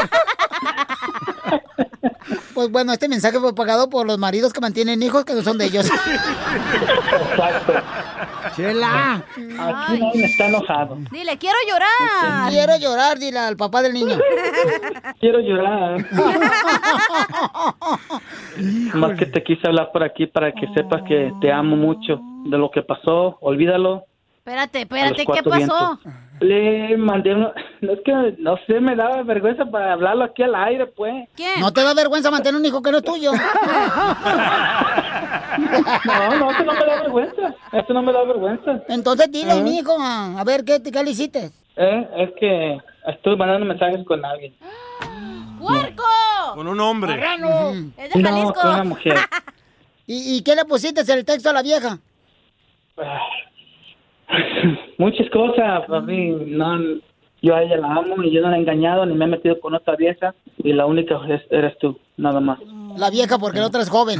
Pues bueno, este mensaje fue pagado por los maridos que mantienen hijos que no son de ellos. Exacto. Chela. Aquí nadie está enojado. Dile, quiero llorar. Quiero llorar, dile al papá del niño. Quiero llorar. Más que te quise hablar por aquí para que sepas que te amo mucho de lo que pasó. Olvídalo. Espérate, A espérate, los ¿qué cuatro pasó? vientos. Le mandé una... No, es que no sé, me daba vergüenza para hablarlo aquí al aire, pues. ¿Quién? ¿No te da vergüenza mantener un hijo que no es tuyo? No, no, eso no me da vergüenza. Eso no me da vergüenza. Entonces dile, ¿Eh? mijo, a, a ver, ¿qué, ¿qué le hiciste? Eh, es que estuve mandando mensajes con alguien. ¡Puerco! Con un hombre. ¡Marrano! Es de No, Jalisco. con una mujer. ¿Y, ¿Y qué le pusiste en el texto a la vieja? Muchas cosas, a mí, no, yo a ella la amo y yo no la he engañado ni me he metido con otra vieja y la única es- eres tú, nada más. La vieja porque la otra es joven.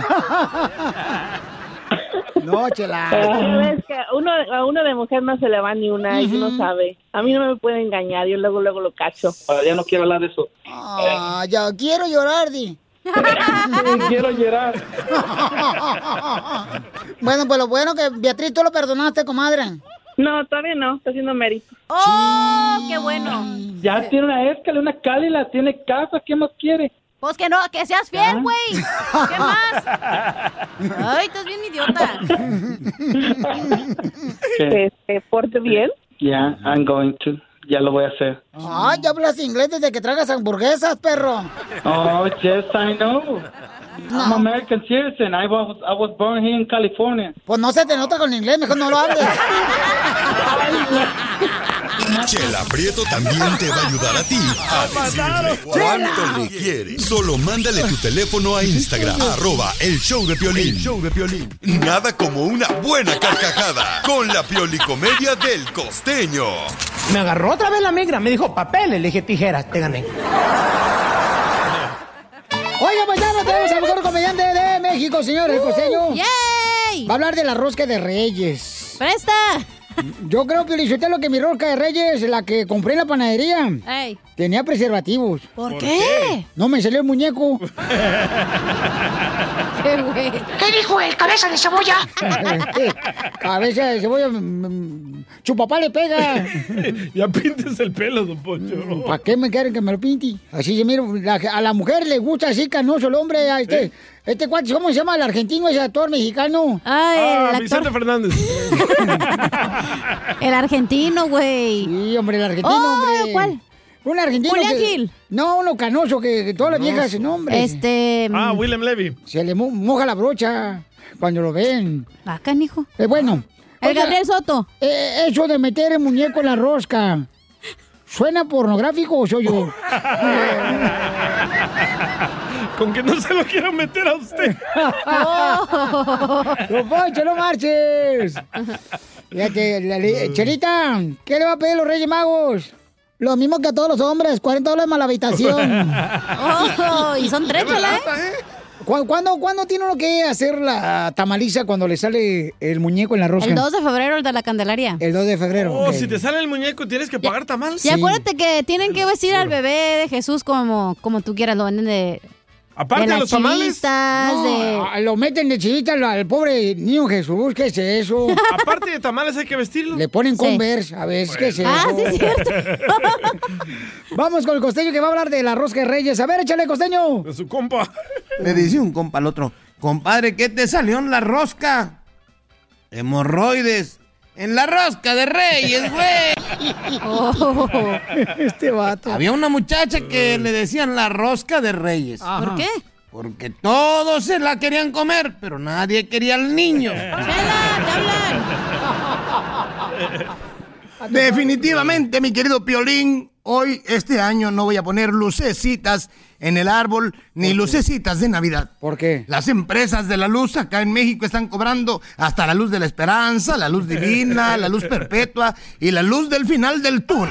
No, chela. Es que uno, a uno de mujer no se le va ni una y uno sabe. A mí no me puede engañar, yo luego luego lo cacho. Ahora ya no quiero hablar de eso. Ah, ya quiero llorar, Di. Quiero llorar. Bueno, pues lo bueno que Beatriz, tú lo perdonaste, comadre. No, todavía no, está haciendo mérito. ¡Oh, qué bueno! Ya tiene una escala, una cálida, tiene casa, ¿qué más quiere? Pues que no, que seas fiel, güey. ¿Qué más? Ay, estás bien idiota. ¿Qué? ¿Se porte bien? Yeah, I'm going to. Ya lo voy a hacer. Ah, ya hablas inglés desde que tragas hamburguesas, perro. Oh, yes, I know. I'm American citizen. I was, I was born here in California. Pues no se te nota con inglés, mejor no lo hables. Chela Prieto también te va a ayudar a ti a decirle cuánto le quieres. Solo mándale tu teléfono a Instagram, arroba el show de Piolín. El show de Piolín. Nada como una buena carcajada con la piolicomedia del costeño. Me agarró otra vez la migra, me dijo papeles, le dije tijeras, te gané. Oiga, pues ya no tenemos al mejor comediante de México, señor, el costeño. ¡Yay! Va a hablar de la rosca de Reyes. ¡Presta! Yo creo, Piolichotelo, que mi rosca de Reyes, la que compré en la panadería, Ey. tenía preservativos. ¿Por qué? No me salió el muñeco. ¿Qué, güey? ¿Qué dijo el cabeza de cebolla? Cabeza de cebolla, mm, chupapá le pega. Ya pintes el pelo, don Poncho. ¿Para qué me quieren que me lo pinte? Así se mira, la- a la mujer le gusta así canoso el hombre. A este, ¿Eh? este cuate, ¿cómo se llama? El argentino, ese actor mexicano. Ay, el Ah, actor. Vicente Fernández. El argentino, güey. Sí, hombre, el argentino, Oh, hombre. ¿cuál? Un argentino Julián que- Gil. No, uno canoso que, que todas las viejas, no, hombre. Este. Ah, William Levy. Se le mo- moja la brocha cuando lo ven. Acá, hijo. Eh, bueno, El Oiga, Gabriel Soto. eh, eso de meter el muñeco en la rosca, ¿suena pornográfico o soy yo? Con que no se lo quiero meter a usted. ¡Don Poncho, no marches! Fíjate, la li- Chelita, ¿qué le va a pedir a los Reyes Magos? Lo mismo que a todos los hombres, cuarenta dólares más la habitación. Oh, y son tres, ¿verdad? ¿Cu- ¿Cuándo, ¿Cuándo tiene uno que hacer la tamaliza cuando le sale el muñeco en la rosca? El dos de febrero, el de la Candelaria. El dos de febrero. Oh, ok. si te sale el muñeco, ¿tienes que pagar tamal? Y acuérdate que tienen que vestir al bebé de Jesús como, como tú quieras, lo venden de... Aparte de las los tamales. chivistas, No, de- a- lo meten de chivita al, al pobre niño Jesús, ¿qué es eso? Aparte de tamales hay que vestirlo. Le ponen Sí. Converse, a ver, ¿qué es eso? Ah, sí, es cierto. Vamos con el costeño que va a hablar de la rosca de Reyes. A ver, échale, costeño. De su compa. Le dice un compa al otro, compadre, ¿qué te salió en la rosca? Hemorroides. En la rosca de Reyes, güey. Oh. Este vato. Había una muchacha que le decían la rosca de Reyes. Ajá. ¿Por qué? Porque todos se la querían comer, pero nadie quería al niño. Definitivamente, mi querido Piolín, hoy, este año, no voy a poner lucecitas en el árbol, ni lucecitas de Navidad. ¿Por qué? Las empresas de la luz acá en México están cobrando hasta la luz de la esperanza, la luz divina, la luz perpetua y la luz del final del túnel.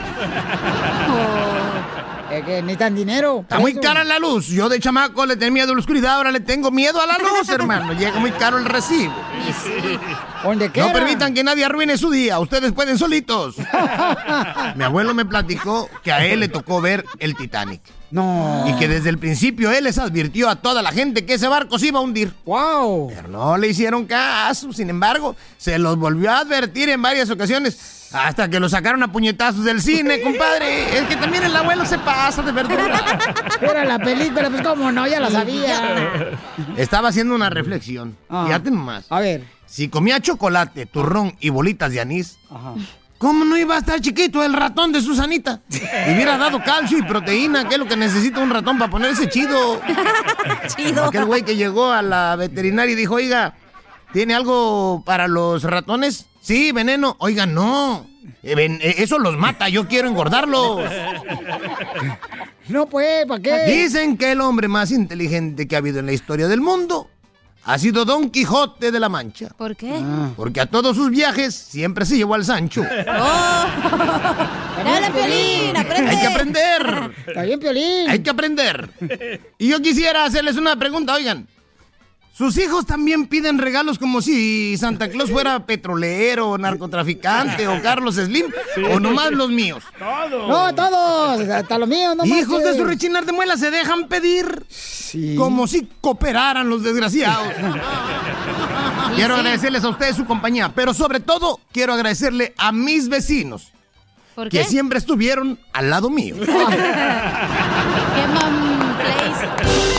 Es que necesitan dinero. Está muy cara la luz. Yo de chamaco le tenía miedo a la oscuridad, ahora le tengo miedo a la luz, hermano. Llega muy caro el recibo. ¿Dónde No quiera? permitan que nadie arruine su día. Ustedes pueden solitos. Mi abuelo me platicó que a él le tocó ver el Titanic. No. Y que desde el principio él les advirtió a toda la gente que ese barco se iba a hundir. ¡Wow! Pero no le hicieron caso. Sin embargo, se los volvió a advertir en varias ocasiones. Hasta que lo sacaron a puñetazos del cine, compadre. Es que también el abuelo se pasa de verdura. Era la película, pues cómo no, ya la sabía. Estaba haciendo una reflexión. Ah. Fíjate nomás. A ver. Si comía chocolate, turrón y bolitas de anís, Ajá. ¿cómo no iba a estar chiquito el ratón de Susanita? Le hubiera dado calcio y proteína, que es lo que necesita un ratón para ponerse chido. Chido. Aquel güey que llegó a la veterinaria y dijo, oiga, ¿tiene algo para los ratones? Sí, veneno. Oiga, no. Eh, ven- eh, eso los mata, yo quiero engordarlos. No, pues, ¿para qué? Dicen que el hombre más inteligente que ha habido en la historia del mundo ha sido Don Quijote de la Mancha. ¿Por qué? Porque a todos sus viajes siempre se llevó al Sancho. ¡Oh! ¡Dale, Piolín! ¡Aprende! Hay que aprender. Está bien, Piolín. Hay que aprender. Y yo quisiera hacerles una pregunta, oigan. ¿Sus hijos también piden regalos como si Santa Claus fuera petrolero, narcotraficante o Carlos Slim? ¿O nomás los míos? Todo. No, todos. Hasta los míos, no Hijos marches. de su rechinar de muela se dejan pedir. Sí. Como si cooperaran los desgraciados. Quiero agradecerles a ustedes su compañía, pero sobre todo quiero agradecerle a mis vecinos, ¿Por que qué? siempre estuvieron al lado mío. ¡Qué mam place!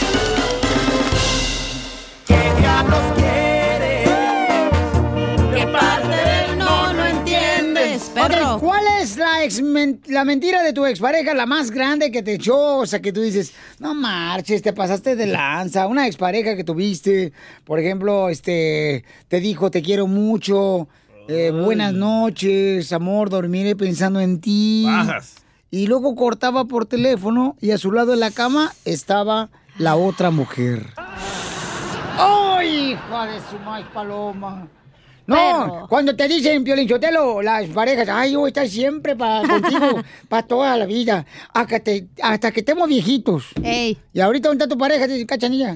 ¿Qué parte del no no entiendes, perro? Ok, ¿cuál es la, ex men- la mentira de tu expareja, la más grande que te echó? O sea, que tú dices, no marches, te pasaste de lanza. Una expareja que tuviste, por ejemplo, este, te dijo, te quiero mucho, eh, buenas noches, amor, dormiré pensando en ti. Bajas. Y luego cortaba por teléfono y a su lado en la cama estaba la otra mujer. ¡Ay, hija de su maíz paloma! No, Pero- cuando te dicen, Piolín Sotelo, las parejas, ay, yo voy a estar siempre para contigo, para toda la vida, hasta, te, hasta que estemos viejitos. Ey. Y ahorita, ¿dónde está tu pareja, Cachanilla?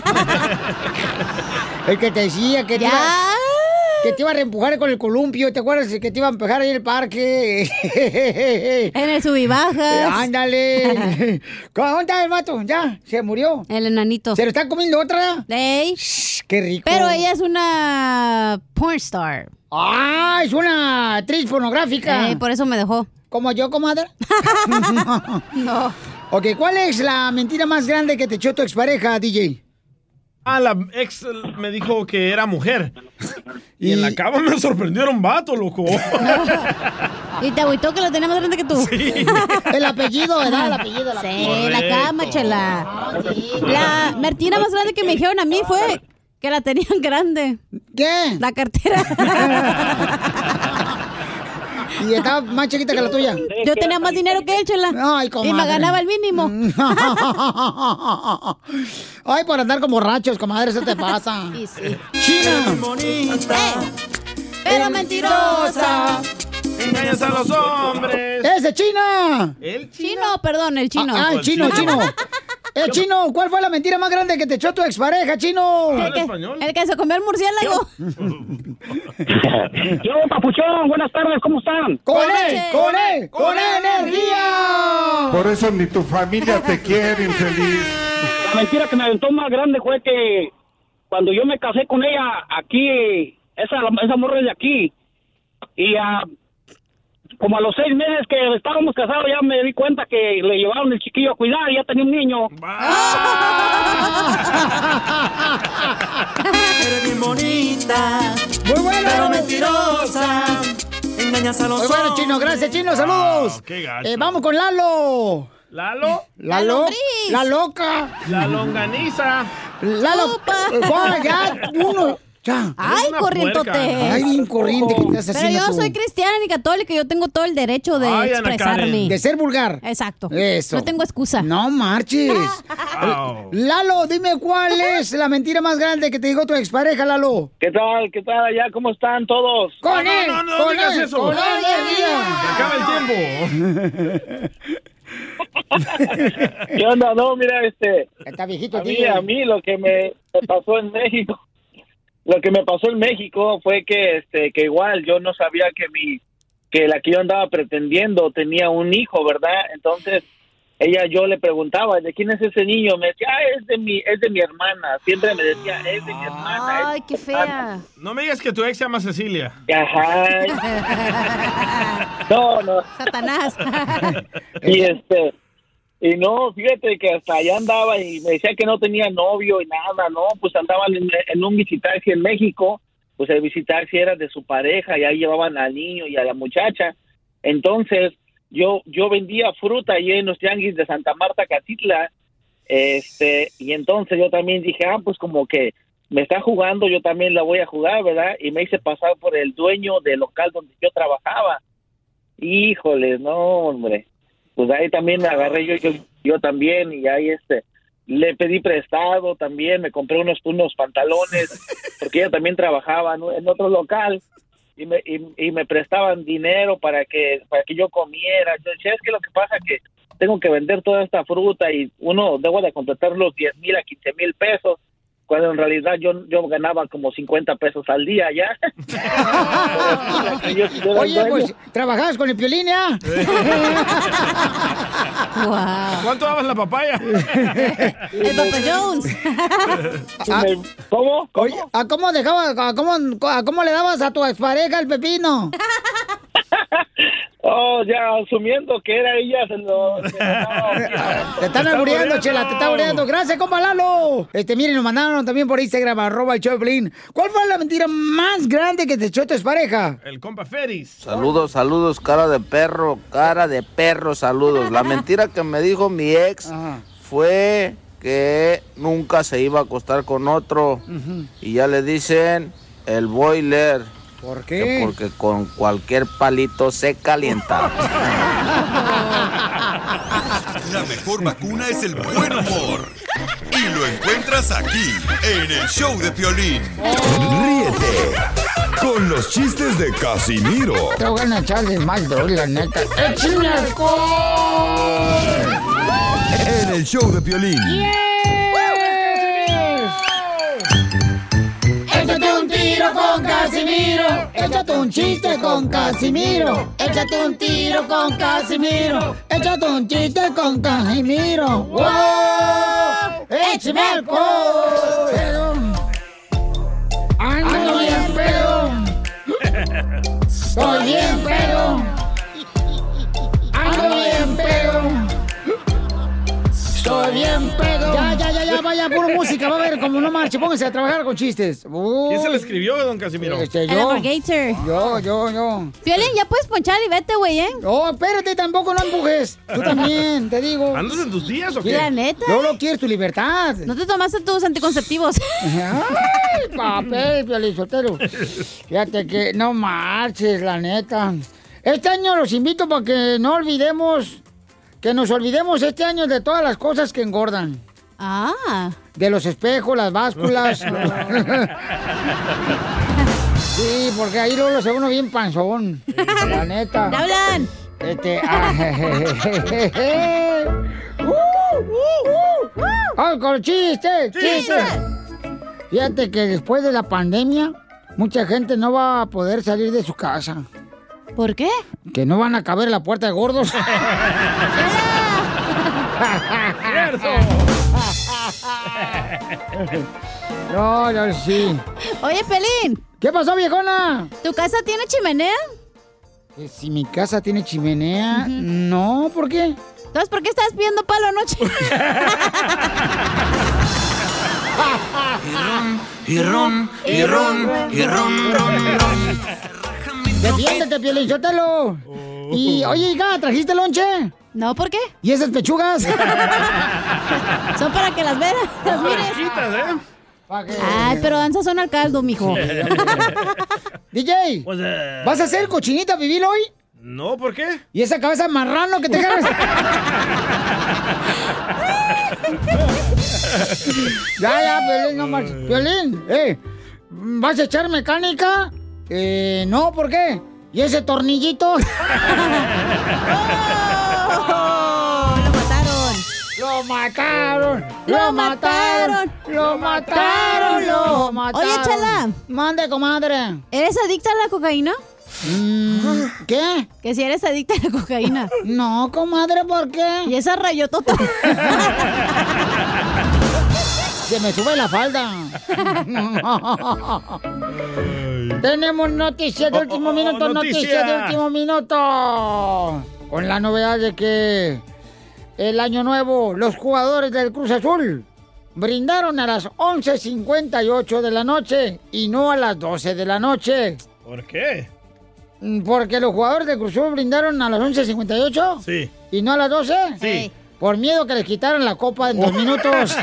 El que te decía que te, Ya. iba, que te iba a reempujar con el columpio, ¿te acuerdas? Que te iba a empujar ahí en el parque. En el subibajas. Eh, Ándale. ¿Dónde está el vato? Ya, se murió. El enanito. ¿Se lo está comiendo otra? Ey. Qué rico. Pero ella es una porn star. ¡Ah! Es una actriz pornográfica. Ey, por eso me dejó. ¿Como yo, comadre? No. Ok, ¿cuál es la mentira más grande que te echó tu expareja, D J? Ah, la ex me dijo que era mujer. Y, en la cama me sorprendió, era un vato, loco. Y te agüitó que lo tenía más grande que tú. Sí. El apellido, ¿verdad? El apellido. El Sí, apellido. la cama, chela. La mentira más grande que me dijeron a mí fue Que la tenían grande. ¿Qué? La cartera. Y estaba más chiquita que la tuya. Yo tenía más dinero que él, Chela. Ay, comadre. Y me ganaba el mínimo. Ay, por andar como borrachos, comadre, eso te pasa. Sí, sí. China. Bonita. Pero mentirosa. Engañas a los hombres. ¡Ese China! ¿El chino? Perdón, el chino. Ah, ah, el chino, el chino. Eh, Chino, ¿cuál fue la mentira más grande que te echó tu expareja, Chino? El que, el que se comió el murciélago. Yo, papuchón, buenas tardes, ¿cómo están? ¡Con él! ¡Con él! ¡Con energía! Por eso ni tu familia te quiere, infeliz. La mentira que me aventó más grande fue que cuando yo me casé con ella aquí, esa, esa morra es de aquí, y uh, como a los seis meses que estábamos casados ya me di cuenta que le llevaron el chiquillo a cuidar y ya tenía un niño. Eres bien bonita, muy bueno, pero mentirosa. Engañas a los muy bueno, Chino, gracias, Chino, saludos. Wow, qué gacho. Eh, vamos con Lalo. ¿Lalo? Lalo. La loca. La longaniza. Lalo. Juan, ya, uno. Ya. Ay, corrientote. Ay, bien corriente que te haces. Pero yo soy cristiana ni católica, yo tengo todo el derecho de Ay, expresarme. De ser vulgar. Exacto. Eso. No tengo excusa. No marches. Wow. Lalo, dime cuál es la mentira más grande que te dijo tu expareja, Lalo. ¿Qué tal? ¿Qué tal allá? ¿Cómo están todos? Con no, él. No, no, no, con digas él, eso. Con él, Se acaba el tiempo. ¿Qué onda? No, mira, este... Está viejito, a mí, tío. a mí lo que me, me pasó en México, lo que me pasó en México fue que, este, que igual yo no sabía que mi, que la que yo andaba pretendiendo tenía un hijo, ¿verdad? Entonces, ella, yo le preguntaba, ¿de quién es ese niño? Me decía, ah, es de mi, es de mi hermana. Siempre me decía, es de mi hermana. Ay, qué fea. No me digas que tu ex se llama Cecilia. Ajá. No, no. Satanás. Y este, y no, fíjate que hasta allá andaba y me decía que no tenía novio y nada, no, pues andaban en, en un visitarse en México, pues el visitarse era de su pareja y ahí llevaban al niño y a la muchacha. Entonces, yo yo vendía fruta ahí en los tianguis de Santa Marta, Catitla, este, y entonces yo también dije, ah, pues como que me está jugando, yo también la voy a jugar, ¿verdad? Y me hice pasar por el dueño del local donde yo trabajaba. Híjole, no, hombre. Pues ahí también me agarré yo, yo, yo también, y ahí este, le pedí prestado también, me compré unos, unos pantalones, porque ella también trabajaba en, en otro local, y me, y, y me prestaban dinero para que, para que yo comiera. Yo decía, es que lo que pasa es que tengo que vender toda esta fruta y uno debo de completar los diez mil a quince mil pesos, cuando en realidad yo, yo ganaba como cincuenta pesos al día ya. yo, yo Oye, pues, ¿trabajabas con el Piolín, ya? Wow. ¿Cuánto dabas la papaya? El Papa Jones. Ah, ¿Cómo? ¿Cómo? Oye, ¿a cómo dejabas, a cómo, a cómo le dabas a tu expareja el pepino? Oh, ya asumiendo que era ella, se lo... se lo- Te están albureando, Chela, te están albureando. Gracias, compa Lalo. Este, miren, nos mandaron también por Instagram, arroba el show de Piolín. ¿Cuál fue la mentira más grande que te echó tu expareja? El compa Feris. Saludos, saludos, cara de perro, cara de perro, saludos. La mentira que me dijo mi ex Ajá. fue que nunca se iba a acostar con otro. Ujú. Y ya le dicen el boiler. ¿Por que qué? porque con cualquier palito se calienta. La mejor vacuna es el buen humor. Y lo encuentras aquí, en el show de Piolín. Ríete con los chistes de Casimiro Te voy a echar de mal, doy, la neta. ¡Échame alcohol! en el show de Piolín. Échate un tiro con Casimiro. Échate un chiste con Casimiro. Échate un tiro con Casimiro. Échate un chiste con Casimiro. ¡Wow! ¡Échame alcohol! Ando bien pedo. Estoy bien pedo. Ando bien pedo. Estoy bien pedo. Ya, ya, ya, ya, vaya. ya, puro música, va a ver, como no marche, póngase a trabajar con chistes. Uy. ¿Quién se le escribió, don Casimiro? Este, El yo. Alligator. Yo, yo, yo. Piolín, ya puedes ponchar y vete, güey, ¿eh? Oh, espérate, tampoco no empujes. Tú también, te digo. ¿Andas en tus días o qué? La neta. No lo quieres, tu libertad. No te tomaste tus anticonceptivos. Ay, papel, Piolín Sotelo. Fíjate que no marches, la neta. Este año los invito para que no olvidemos, que nos olvidemos este año de todas las cosas que engordan. Ah. De los espejos, las básculas. Sí, porque ahí luego se ve uno bien panzón. La neta. ¿Te hablan? Este. Ah, uh, uh, uh. ¡Ay, con chistes! ¡Chistes! Fíjate que después de la pandemia, mucha gente no va a poder salir de su casa. ¿Por qué? Que no van a caber en la puerta de gordos. ¡Cierto! No, no, sí. Oye, Pelín. ¿Qué pasó, viejona? ¿Tu casa tiene chimenea? Eh, Si mi casa tiene chimenea, no, ¿por qué? Entonces, ¿por qué estás pidiendo palo anoche? Y ron, y ron, y ron, ron, ron. Defiéndete, Piolín, suéltalo. Y, oye, hija, ¿trajiste lonche? No, ¿por qué? ¿Y esas pechugas? Son para que las veas, las mires. ¿eh? Ay, pero danzas son al caldo, mijo. D J, Pues, eh, ¿vas a hacer cochinita pibil hoy? No, ¿por qué? ¿Y esa cabeza marrano que te agarras? Ya, ya, Piolín, no marches. Piolín, eh, ¿vas a echar mecánica? Eh, no, ¿por qué? ¿Y ese tornillito? ¡Oh! ¡Lo mataron! ¡Lo mataron! ¡Lo mataron! ¡Lo mataron! ¡Lo mataron! Oye, Chala. Mande, comadre. ¿Eres adicta a la cocaína? Mm, ¿Qué? Que si eres adicta a la cocaína. No, comadre, ¿por qué? Y esa rayotota. Se me sube la falda. Tenemos noticias de último oh, minuto, noticia. noticias de último minuto. Con la novedad de que el año nuevo, los jugadores del Cruz Azul brindaron a las once cincuenta y ocho de la noche y no a las doce de la noche. ¿Por qué? Porque los jugadores del Cruz Azul brindaron a las once cincuenta y ocho. Sí. ¿Y no a las doce? Sí. Por miedo que les quitaran la copa en dos minutos.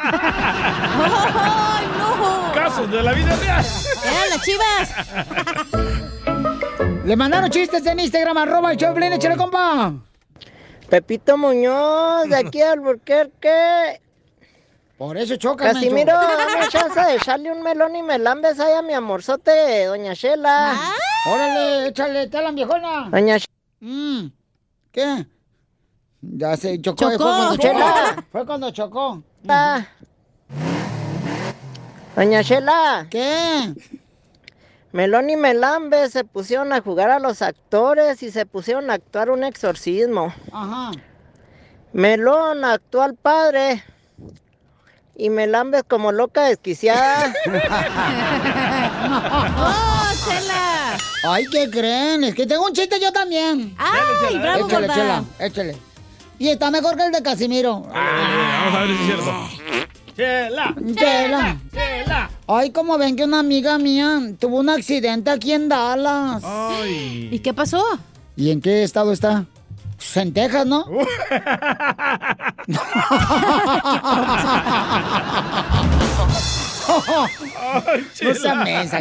¡Ay, no! Casos de la vida real. ¡Eran las chivas! Le mandaron chistes en Instagram, arroba el Choplin, échale, compa. Pepito Muñoz, de aquí al Burquerque. Por eso choca, Casimiro, dame chance de echarle un melón y melambes ahí a mi amorzote, doña Shela. ¿Ah? Órale, échale, talan, viejona. Doña Shela. Mm. ¿Qué? Ya se chocó. Chocó. Fue cuando chocó. Chela. Fue cuando chocó. Ah. Doña Shela. ¿Qué? Melón y Melambe se pusieron a jugar a los actores y se pusieron a actuar un exorcismo. Ajá. Melón actuó al padre y Melambe como loca desquiciada. ¡Oh, Chela! Ay, ¿qué creen? Es que tengo un chiste yo también. ¡Ay, bravo, Échale, gorda! Chela, échale. Y está mejor que el de Casimiro. Vamos a ver si es cierto. Chela, Chela. Chela. Ay, como ven que una amiga mía tuvo un accidente aquí en Dallas. Ay. ¿Y qué pasó? ¿Y en qué estado está? Pues en Texas, ¿no? Ay, No sea mensa.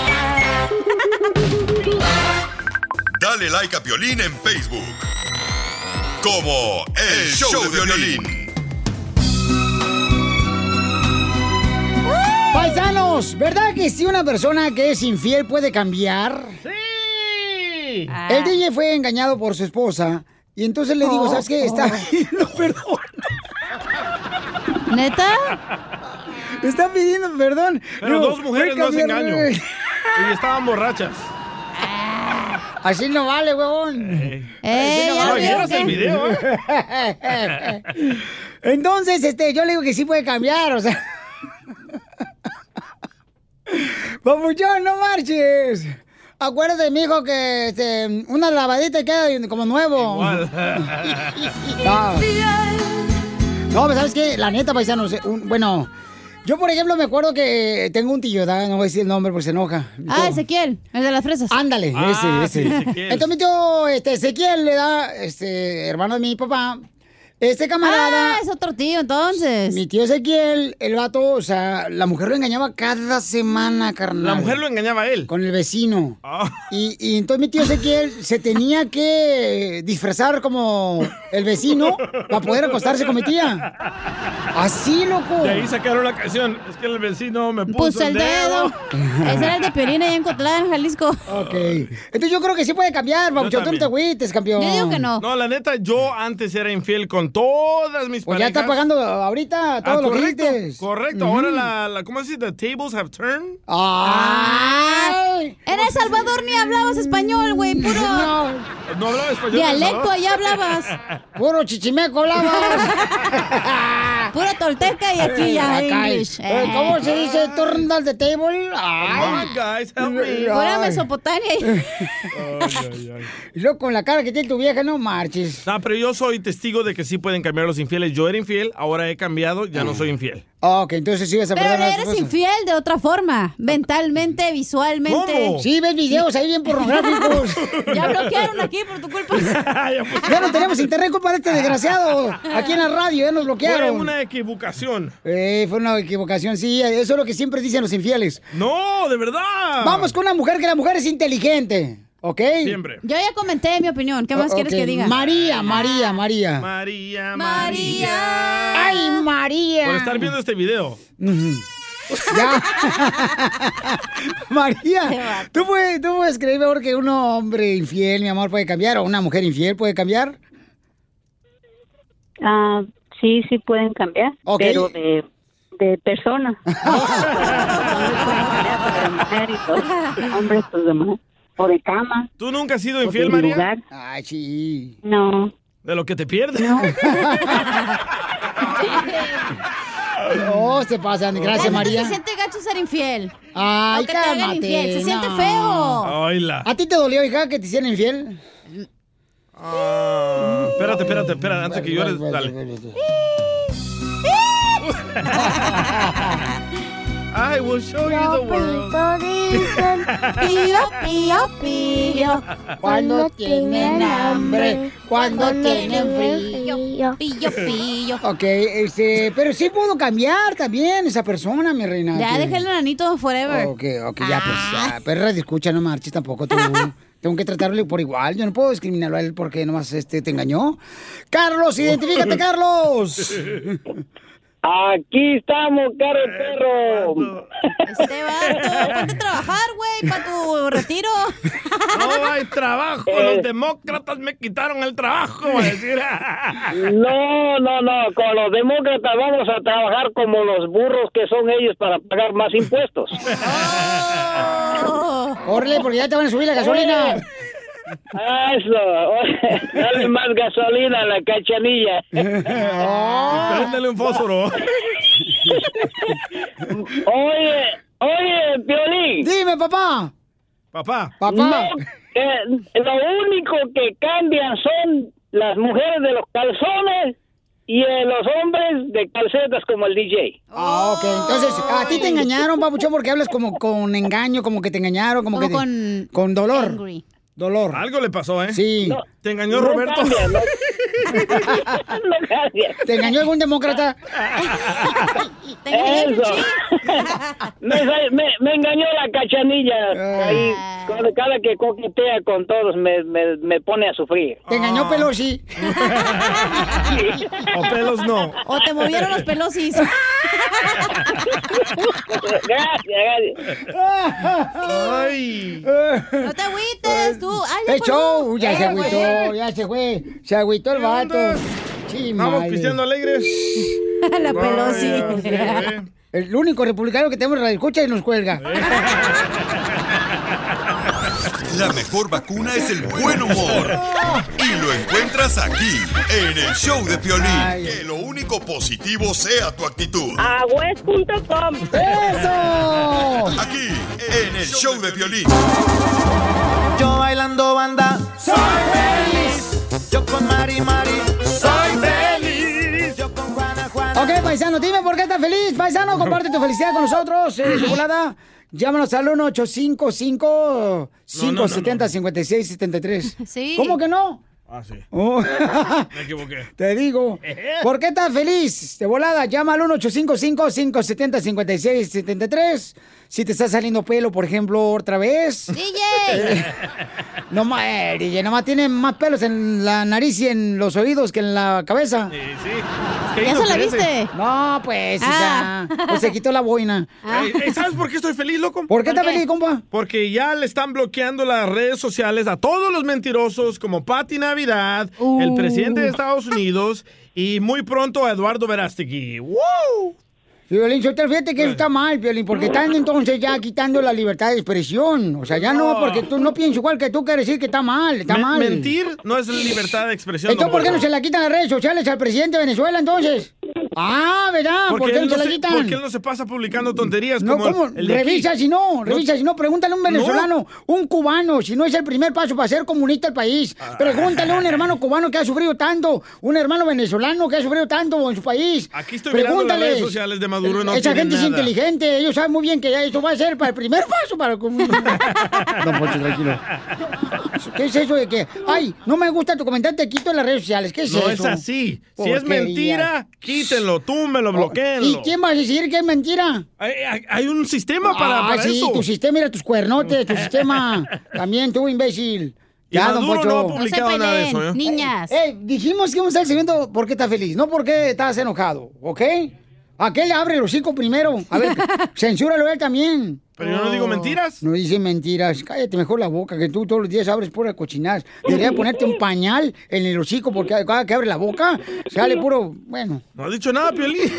Dale like a Piolín en Facebook. Como El Show de Piolín. Paisanos, ¿verdad que si una persona que es infiel puede cambiar? ¡Sí! El D J fue engañado por su esposa y entonces le digo, Oh, ¿sabes qué? Está pidiendo perdón. ¿Neta? Está pidiendo perdón. Pero No, dos mujeres fue no hacen cambiar- engaño. Y estaban borrachas. Así no vale, huevón. Eh, Así ya No, veo vieras que- el video, ¿eh? Entonces, este, yo le digo que sí puede cambiar, o sea. Papuchón, no marches. Acuérdate, mijo, que este, una lavadita y queda como nuevo. Igual. No. No, pues, ¿sabes qué? La neta, paisanos, un- bueno, yo, por ejemplo, me acuerdo que tengo un tío, ¿verdad? No voy a decir el nombre porque se enoja. Ah, Ezequiel, el de las fresas. Ándale, Ah, ese, sí, ese. Ezequiel. Entonces mi tío, este, Ezequiel, le da, este, hermano de mi papá, este camarada... Ah, es otro tío, entonces. Mi tío Ezequiel, el vato, o sea, la mujer lo engañaba cada semana, carnal. La mujer lo engañaba a él. Con el vecino. Ah. Y, y entonces mi tío Ezequiel se tenía que disfrazar como el vecino para poder acostarse con mi tía. Así, loco. De ahí sacaron la canción. Es que el vecino me puso, Puso el dedo. Ese era el de Piolín ahí en Cotlán, Jalisco. Ok. Entonces yo creo que sí puede cambiar, Papuchón. Tú no te agüites, campeón. No, la neta, yo antes era infiel con todas mis Pues ya parejas. está pagando ahorita todo Ah, lo que correcto, dices. correcto. Ujú. Ahora la, la, ¿cómo se dice? The tables have turned. ¡Ay! En El Salvador ni hablabas español, güey, puro... No hablaba español. Dialecto, ¿no? allá hablabas. Puro chichimeco hablabas. Puro tolteca y aquí ya Acá, English. eh, ¿Cómo se dice? Turn down the table. Ay. Come on, guys, help me. Pura Mesopotamia. Y luego con la cara que tiene tu vieja, no marches. No, pero yo soy testigo de que sí pueden cambiar los infieles. Yo era infiel, ahora he cambiado, ya no soy infiel. Ok, entonces sí vas a Pero perdonar a tu eres esposa. infiel de otra forma. Mentalmente, visualmente. ¿Cómo? Sí, ves videos ahí bien pornográficos. Ya bloquearon aquí por tu culpa. Ya no tenemos internet, culpa de este desgraciado. Aquí en la radio, ya nos bloquearon. Fue una equivocación. Eh, fue una equivocación, sí. Eso es lo que siempre dicen los infieles. No, de verdad. Vamos con una mujer que la mujer es inteligente. ¿Ok? Siempre. Yo ya comenté mi opinión. ¿Qué más O- quieres ok. que diga? María, María, María. María, María. Ay, María. Por estar viendo este video. Ujú. Ya. María, ¿tú puedes, ¿tú puedes creer mejor que un hombre infiel, mi amor, puede cambiar? ¿O una mujer infiel puede cambiar? Ah, sí, sí pueden cambiar, Ok. pero de, de persona. Hombres, pues de mujer. O de cama. ¿Tú nunca has sido o infiel, de María? lugar. Ay, sí. No. De lo que te pierdes. Oh, se pasan. Gracias, La neta María. Se siente gacho ser infiel. Ay, O que te hagan cálmate. infiel. Se siente no. feo. Oila. ¿A ti te dolió, hija, que te hicieran infiel? Ah, espérate, espérate, espérate, antes que llores, dale. I will show you the world. Pío, pío, pío. Cuando tienen hambre, cuando tienen frío. Pillo, pillo. Ok, este, pero sí pudo cambiar también esa persona, mi reina. Ya que- dejé el nanito forever. Ok, ok, ya, pues, ya, perra, escucha, no marches tampoco tú. Tengo que tratarle por igual. Yo no puedo discriminarlo a él porque nomás este, te engañó. Carlos, identifícate, Carlos. Aquí estamos, caro perro. Este vato, ponte a trabajar, güey, para tu retiro. No hay trabajo, los demócratas me quitaron el trabajo, va a decir. No, no, no, con los demócratas vamos a trabajar como los burros que son ellos para pagar más impuestos. Órale, porque ya te van a subir la gasolina. Ah, eso, dale más gasolina a la cachanilla. Préndele un fósforo. Oye, oye, Piolín. Dime, papá. Papá. Papá. No, eh, lo único que cambian son las mujeres de los calzones y eh, los hombres de calcetas como el D J. Ah, ok. Entonces, a ti te engañaron, papuchón, porque hablas como con engaño, como que te engañaron, como, Como que te- con con dolor. angry. Dolor. Algo le pasó, ¿eh? Sí. No, ¿Te engañó no Roberto? cambia, no. No cambia. ¿Te engañó algún demócrata? Eso. me, me, me engañó la cachanilla. Ahí, cada, cada que coquetea con todos me, me, me pone a sufrir. ¿Te engañó Pelosi? O pelos no. O te movieron los pelosis. Gracias, gracias. Ay. No te agüites, tú. Ay, ya ¡Eh, show! colgó. Ya se Eh, agüitó, güey. ya se fue. Se agüitó el vato. Sí, Vamos madre. pisteando alegres. La Pelosi. Vaya, sí, eh. El único republicano que tenemos en la escucha y nos cuelga. La mejor vacuna es el buen humor. Y lo encuentras aquí, en el show de Piolín. Que lo único positivo sea tu actitud. Agüez punto com. ¡Eso! Aquí, en el show de Piolín. Yo bailando banda, soy feliz. Yo con Mari Mari, soy feliz. Yo con Juana paisano. Dime por qué estás feliz, paisano. Comparte tu felicidad con nosotros. Eh, de volada. Llámanos al uno ocho cinco cinco, cinco siete cero, cinco seis siete tres. Sí. ¿Cómo que no? Ah, sí. Oh. Me equivoqué. Te digo. ¿Por qué estás feliz? De volada, llama al uno ocho cinco cinco, cinco siete cero, cinco seis siete tres. Si te está saliendo pelo, por ejemplo, otra vez. D J. Eh, no más, eh, D J, nomás tiene más pelos en la nariz y en los oídos que en la cabeza. Sí, sí. Es que ¿Ya ahí se la crece. viste? No, pues, Ah. hija. Pues se quitó la boina. Ey, ey, ¿Sabes por qué estoy feliz, loco? ¿Por qué estás feliz, compa? Porque ya le están bloqueando las redes sociales a todos los mentirosos como Pati Navidad, Uh. el presidente de Estados Unidos y muy pronto a Eduardo Verástegui. ¡Wow! Violín, fíjate que eso está mal, Violín, porque están entonces ya quitando la libertad de expresión. O sea, ya no, No. porque tú no piensas igual que tú, quieres decir que está mal, está Men- mal. Mentir no es libertad de expresión. Entonces, don ¿por qué no Poncho. se la quitan las redes sociales al presidente de Venezuela, entonces? Ah, ¿verdad? ¿Por Porque qué él no se no la se- quitan? porque él no se pasa publicando tonterías No, como el- ¿cómo? el de aquí. Revisa si no, revisa No. si no, pregúntale a un venezolano, un cubano, si no es el primer paso para ser comunista el país. Ah. Pregúntale a un hermano cubano que ha sufrido tanto, un hermano venezolano que ha sufrido tanto en su país. Aquí estoy mirando las redes sociales de Maduro y no Esa tiene gente es nada. inteligente, ellos saben muy bien que ya esto va a ser para el primer paso para el comunismo. Don Poncho, tranquilo. ¿Qué es eso de que, ay, no me gusta tu comentario, te quito en las redes sociales? ¿Qué es No eso? es así. Si es Porquería. mentira, quítenlo, túmelo, bloqueenlo. ¿Y quién va a decir que es mentira? Hay, hay- hay un sistema para, Ah, para sí, eso. tu sistema, mira tus cuernotes, tu sistema. También tú, imbécil. Y Ya, don Maduro Poncho. no ha publicado No se nada de peleen, eso, ¿eh? niñas. Eh, dijimos que vamos a estar siguiendo por qué estás feliz, no porque estás enojado, ¿ok? ¿A qué le abre el hocico primero? A ver, censúralo él también. Pero yo no digo mentiras. No dice mentiras. Cállate mejor la boca, que tú todos los días abres pura cochinadas. Debería ponerte un pañal en el hocico porque cada que abre la boca sale puro, bueno. No ha dicho nada, Piolín.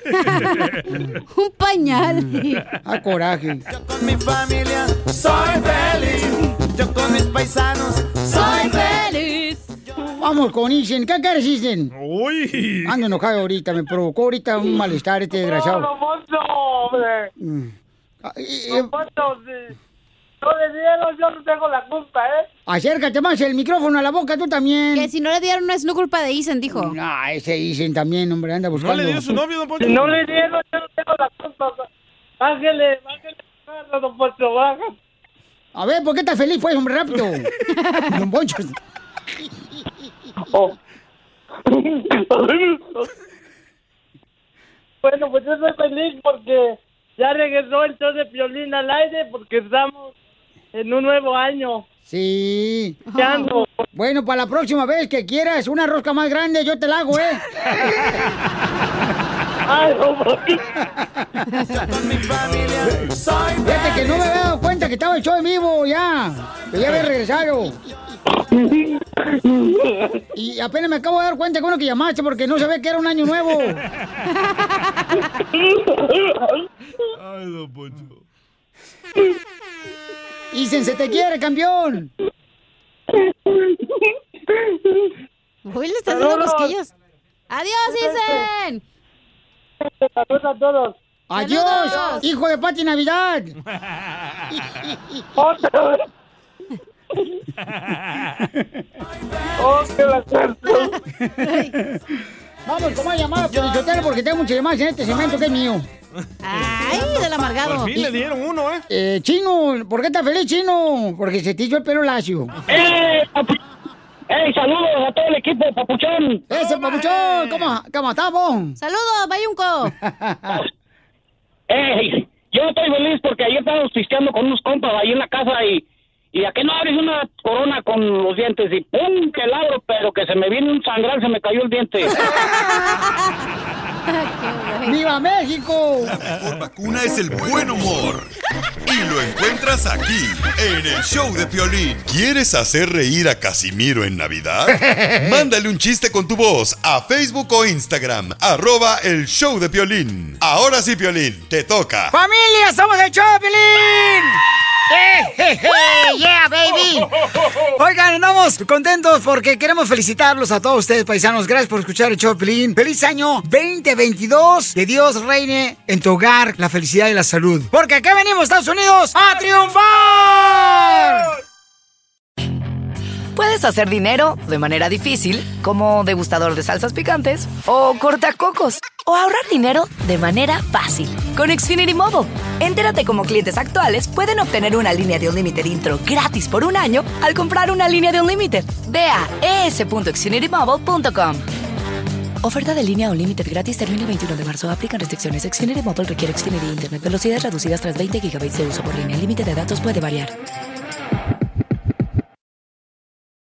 Un pañal. A coraje. Con mi familia soy feliz. Yo con mis paisanos soy feliz. Vamos con Isen. ¿Qué quieres, Isen? Uy. Ando enojado ahorita, me provocó ahorita un malestar este desgraciado. No, Poncho, hombre. Mm. Ah, y- y- No, Poncho, si no le dieron, yo no tengo la culpa, ¿eh? Acércate más el micrófono a la boca, tú también. Que si no le dieron no es no culpa de Isen, dijo. Ah, ese Isen también, hombre, anda ¿No buscando. le dio su novio, don Poncho? Si no le dieron, yo no tengo la culpa. Bájale, bájale, bájale, don Poncho, baja. A ver, ¿por qué estás feliz, pues, hombre, rápido? Don Poncho. Oh. Bueno, pues yo estoy feliz porque ya regresó el show de Piolín al aire porque estamos en un nuevo año. Sí. Ya ando. Bueno, para la próxima vez que quieras una rosca más grande, yo te la hago, ¿eh? Ay, no, con mi familia soy Fíjate que no me había dado cuenta que estaba el show en vivo ya. Que ya había regresado. Y apenas me acabo de dar cuenta que bueno que llamaste porque no sabía que era un año nuevo. Ay, don Poncho. Isen, se te quiere, campeón. Uy, le estás dando cosquillas. ¡Adiós, Isen! Saludos a todos. Adiós, Saludos. hijo de Pati Navidad. Otra vez. Oh, qué lagarto. Vamos, ¿cómo llamar a Piolichotelo? Porque tengo muchas llamadas en este segmento que es mío. ¡Ay, del amargado! Por fin le dieron uno, ¿eh? Eh, Chino, ¿por qué estás feliz, Chino? Porque se te hizo el pelo lacio. ¡Eh! papu- ¡Ey, saludos a todo el equipo, papuchón! ¡Ese papuchón! ¿Cómo, cómo estamos? ¡Saludos, Bayunco! ¡Ey! Yo estoy feliz porque ayer estábamos pisteando con unos compas ahí en la casa y... ¿Y a qué no abres una corona con los dientes? Y ¡pum! Que la abro, pero que se me viene un sangrar, se me cayó el diente. ¡Viva México! La mejor vacuna es el buen humor. Y lo encuentras aquí, en el show de Piolín. ¿Quieres hacer reír a Casimiro en Navidad? Mándale un chiste con tu voz a Facebook o Instagram, arroba el show de Piolín. Ahora sí, Piolín, te toca. ¡Familia, somos el show de Piolín! ¡Eh, je, je! ¡Yeah, baby! Oigan, andamos contentos porque queremos felicitarlos a todos ustedes, paisanos. Gracias por escuchar el show de Piolín. ¡Feliz año veinte veintidós! Que Dios reine en tu hogar la felicidad y la salud. Porque aquí venimos, Estados Unidos, a triunfar. Puedes hacer dinero de manera difícil, como degustador de salsas picantes o cortacocos, o ahorrar dinero de manera fácil con Xfinity Mobile. Entérate cómo clientes actuales pueden obtener una línea de Unlimited intro gratis por un año al comprar una línea de Unlimited. Ve a e s punto xfinity mobile punto com. Oferta de línea Unlimited gratis termina el veintiuno de marzo. Aplican restricciones. Xfinity Mobile requiere Xfinity Internet. Velocidades reducidas tras veinte gigabytes de uso por línea. El límite de datos puede variar.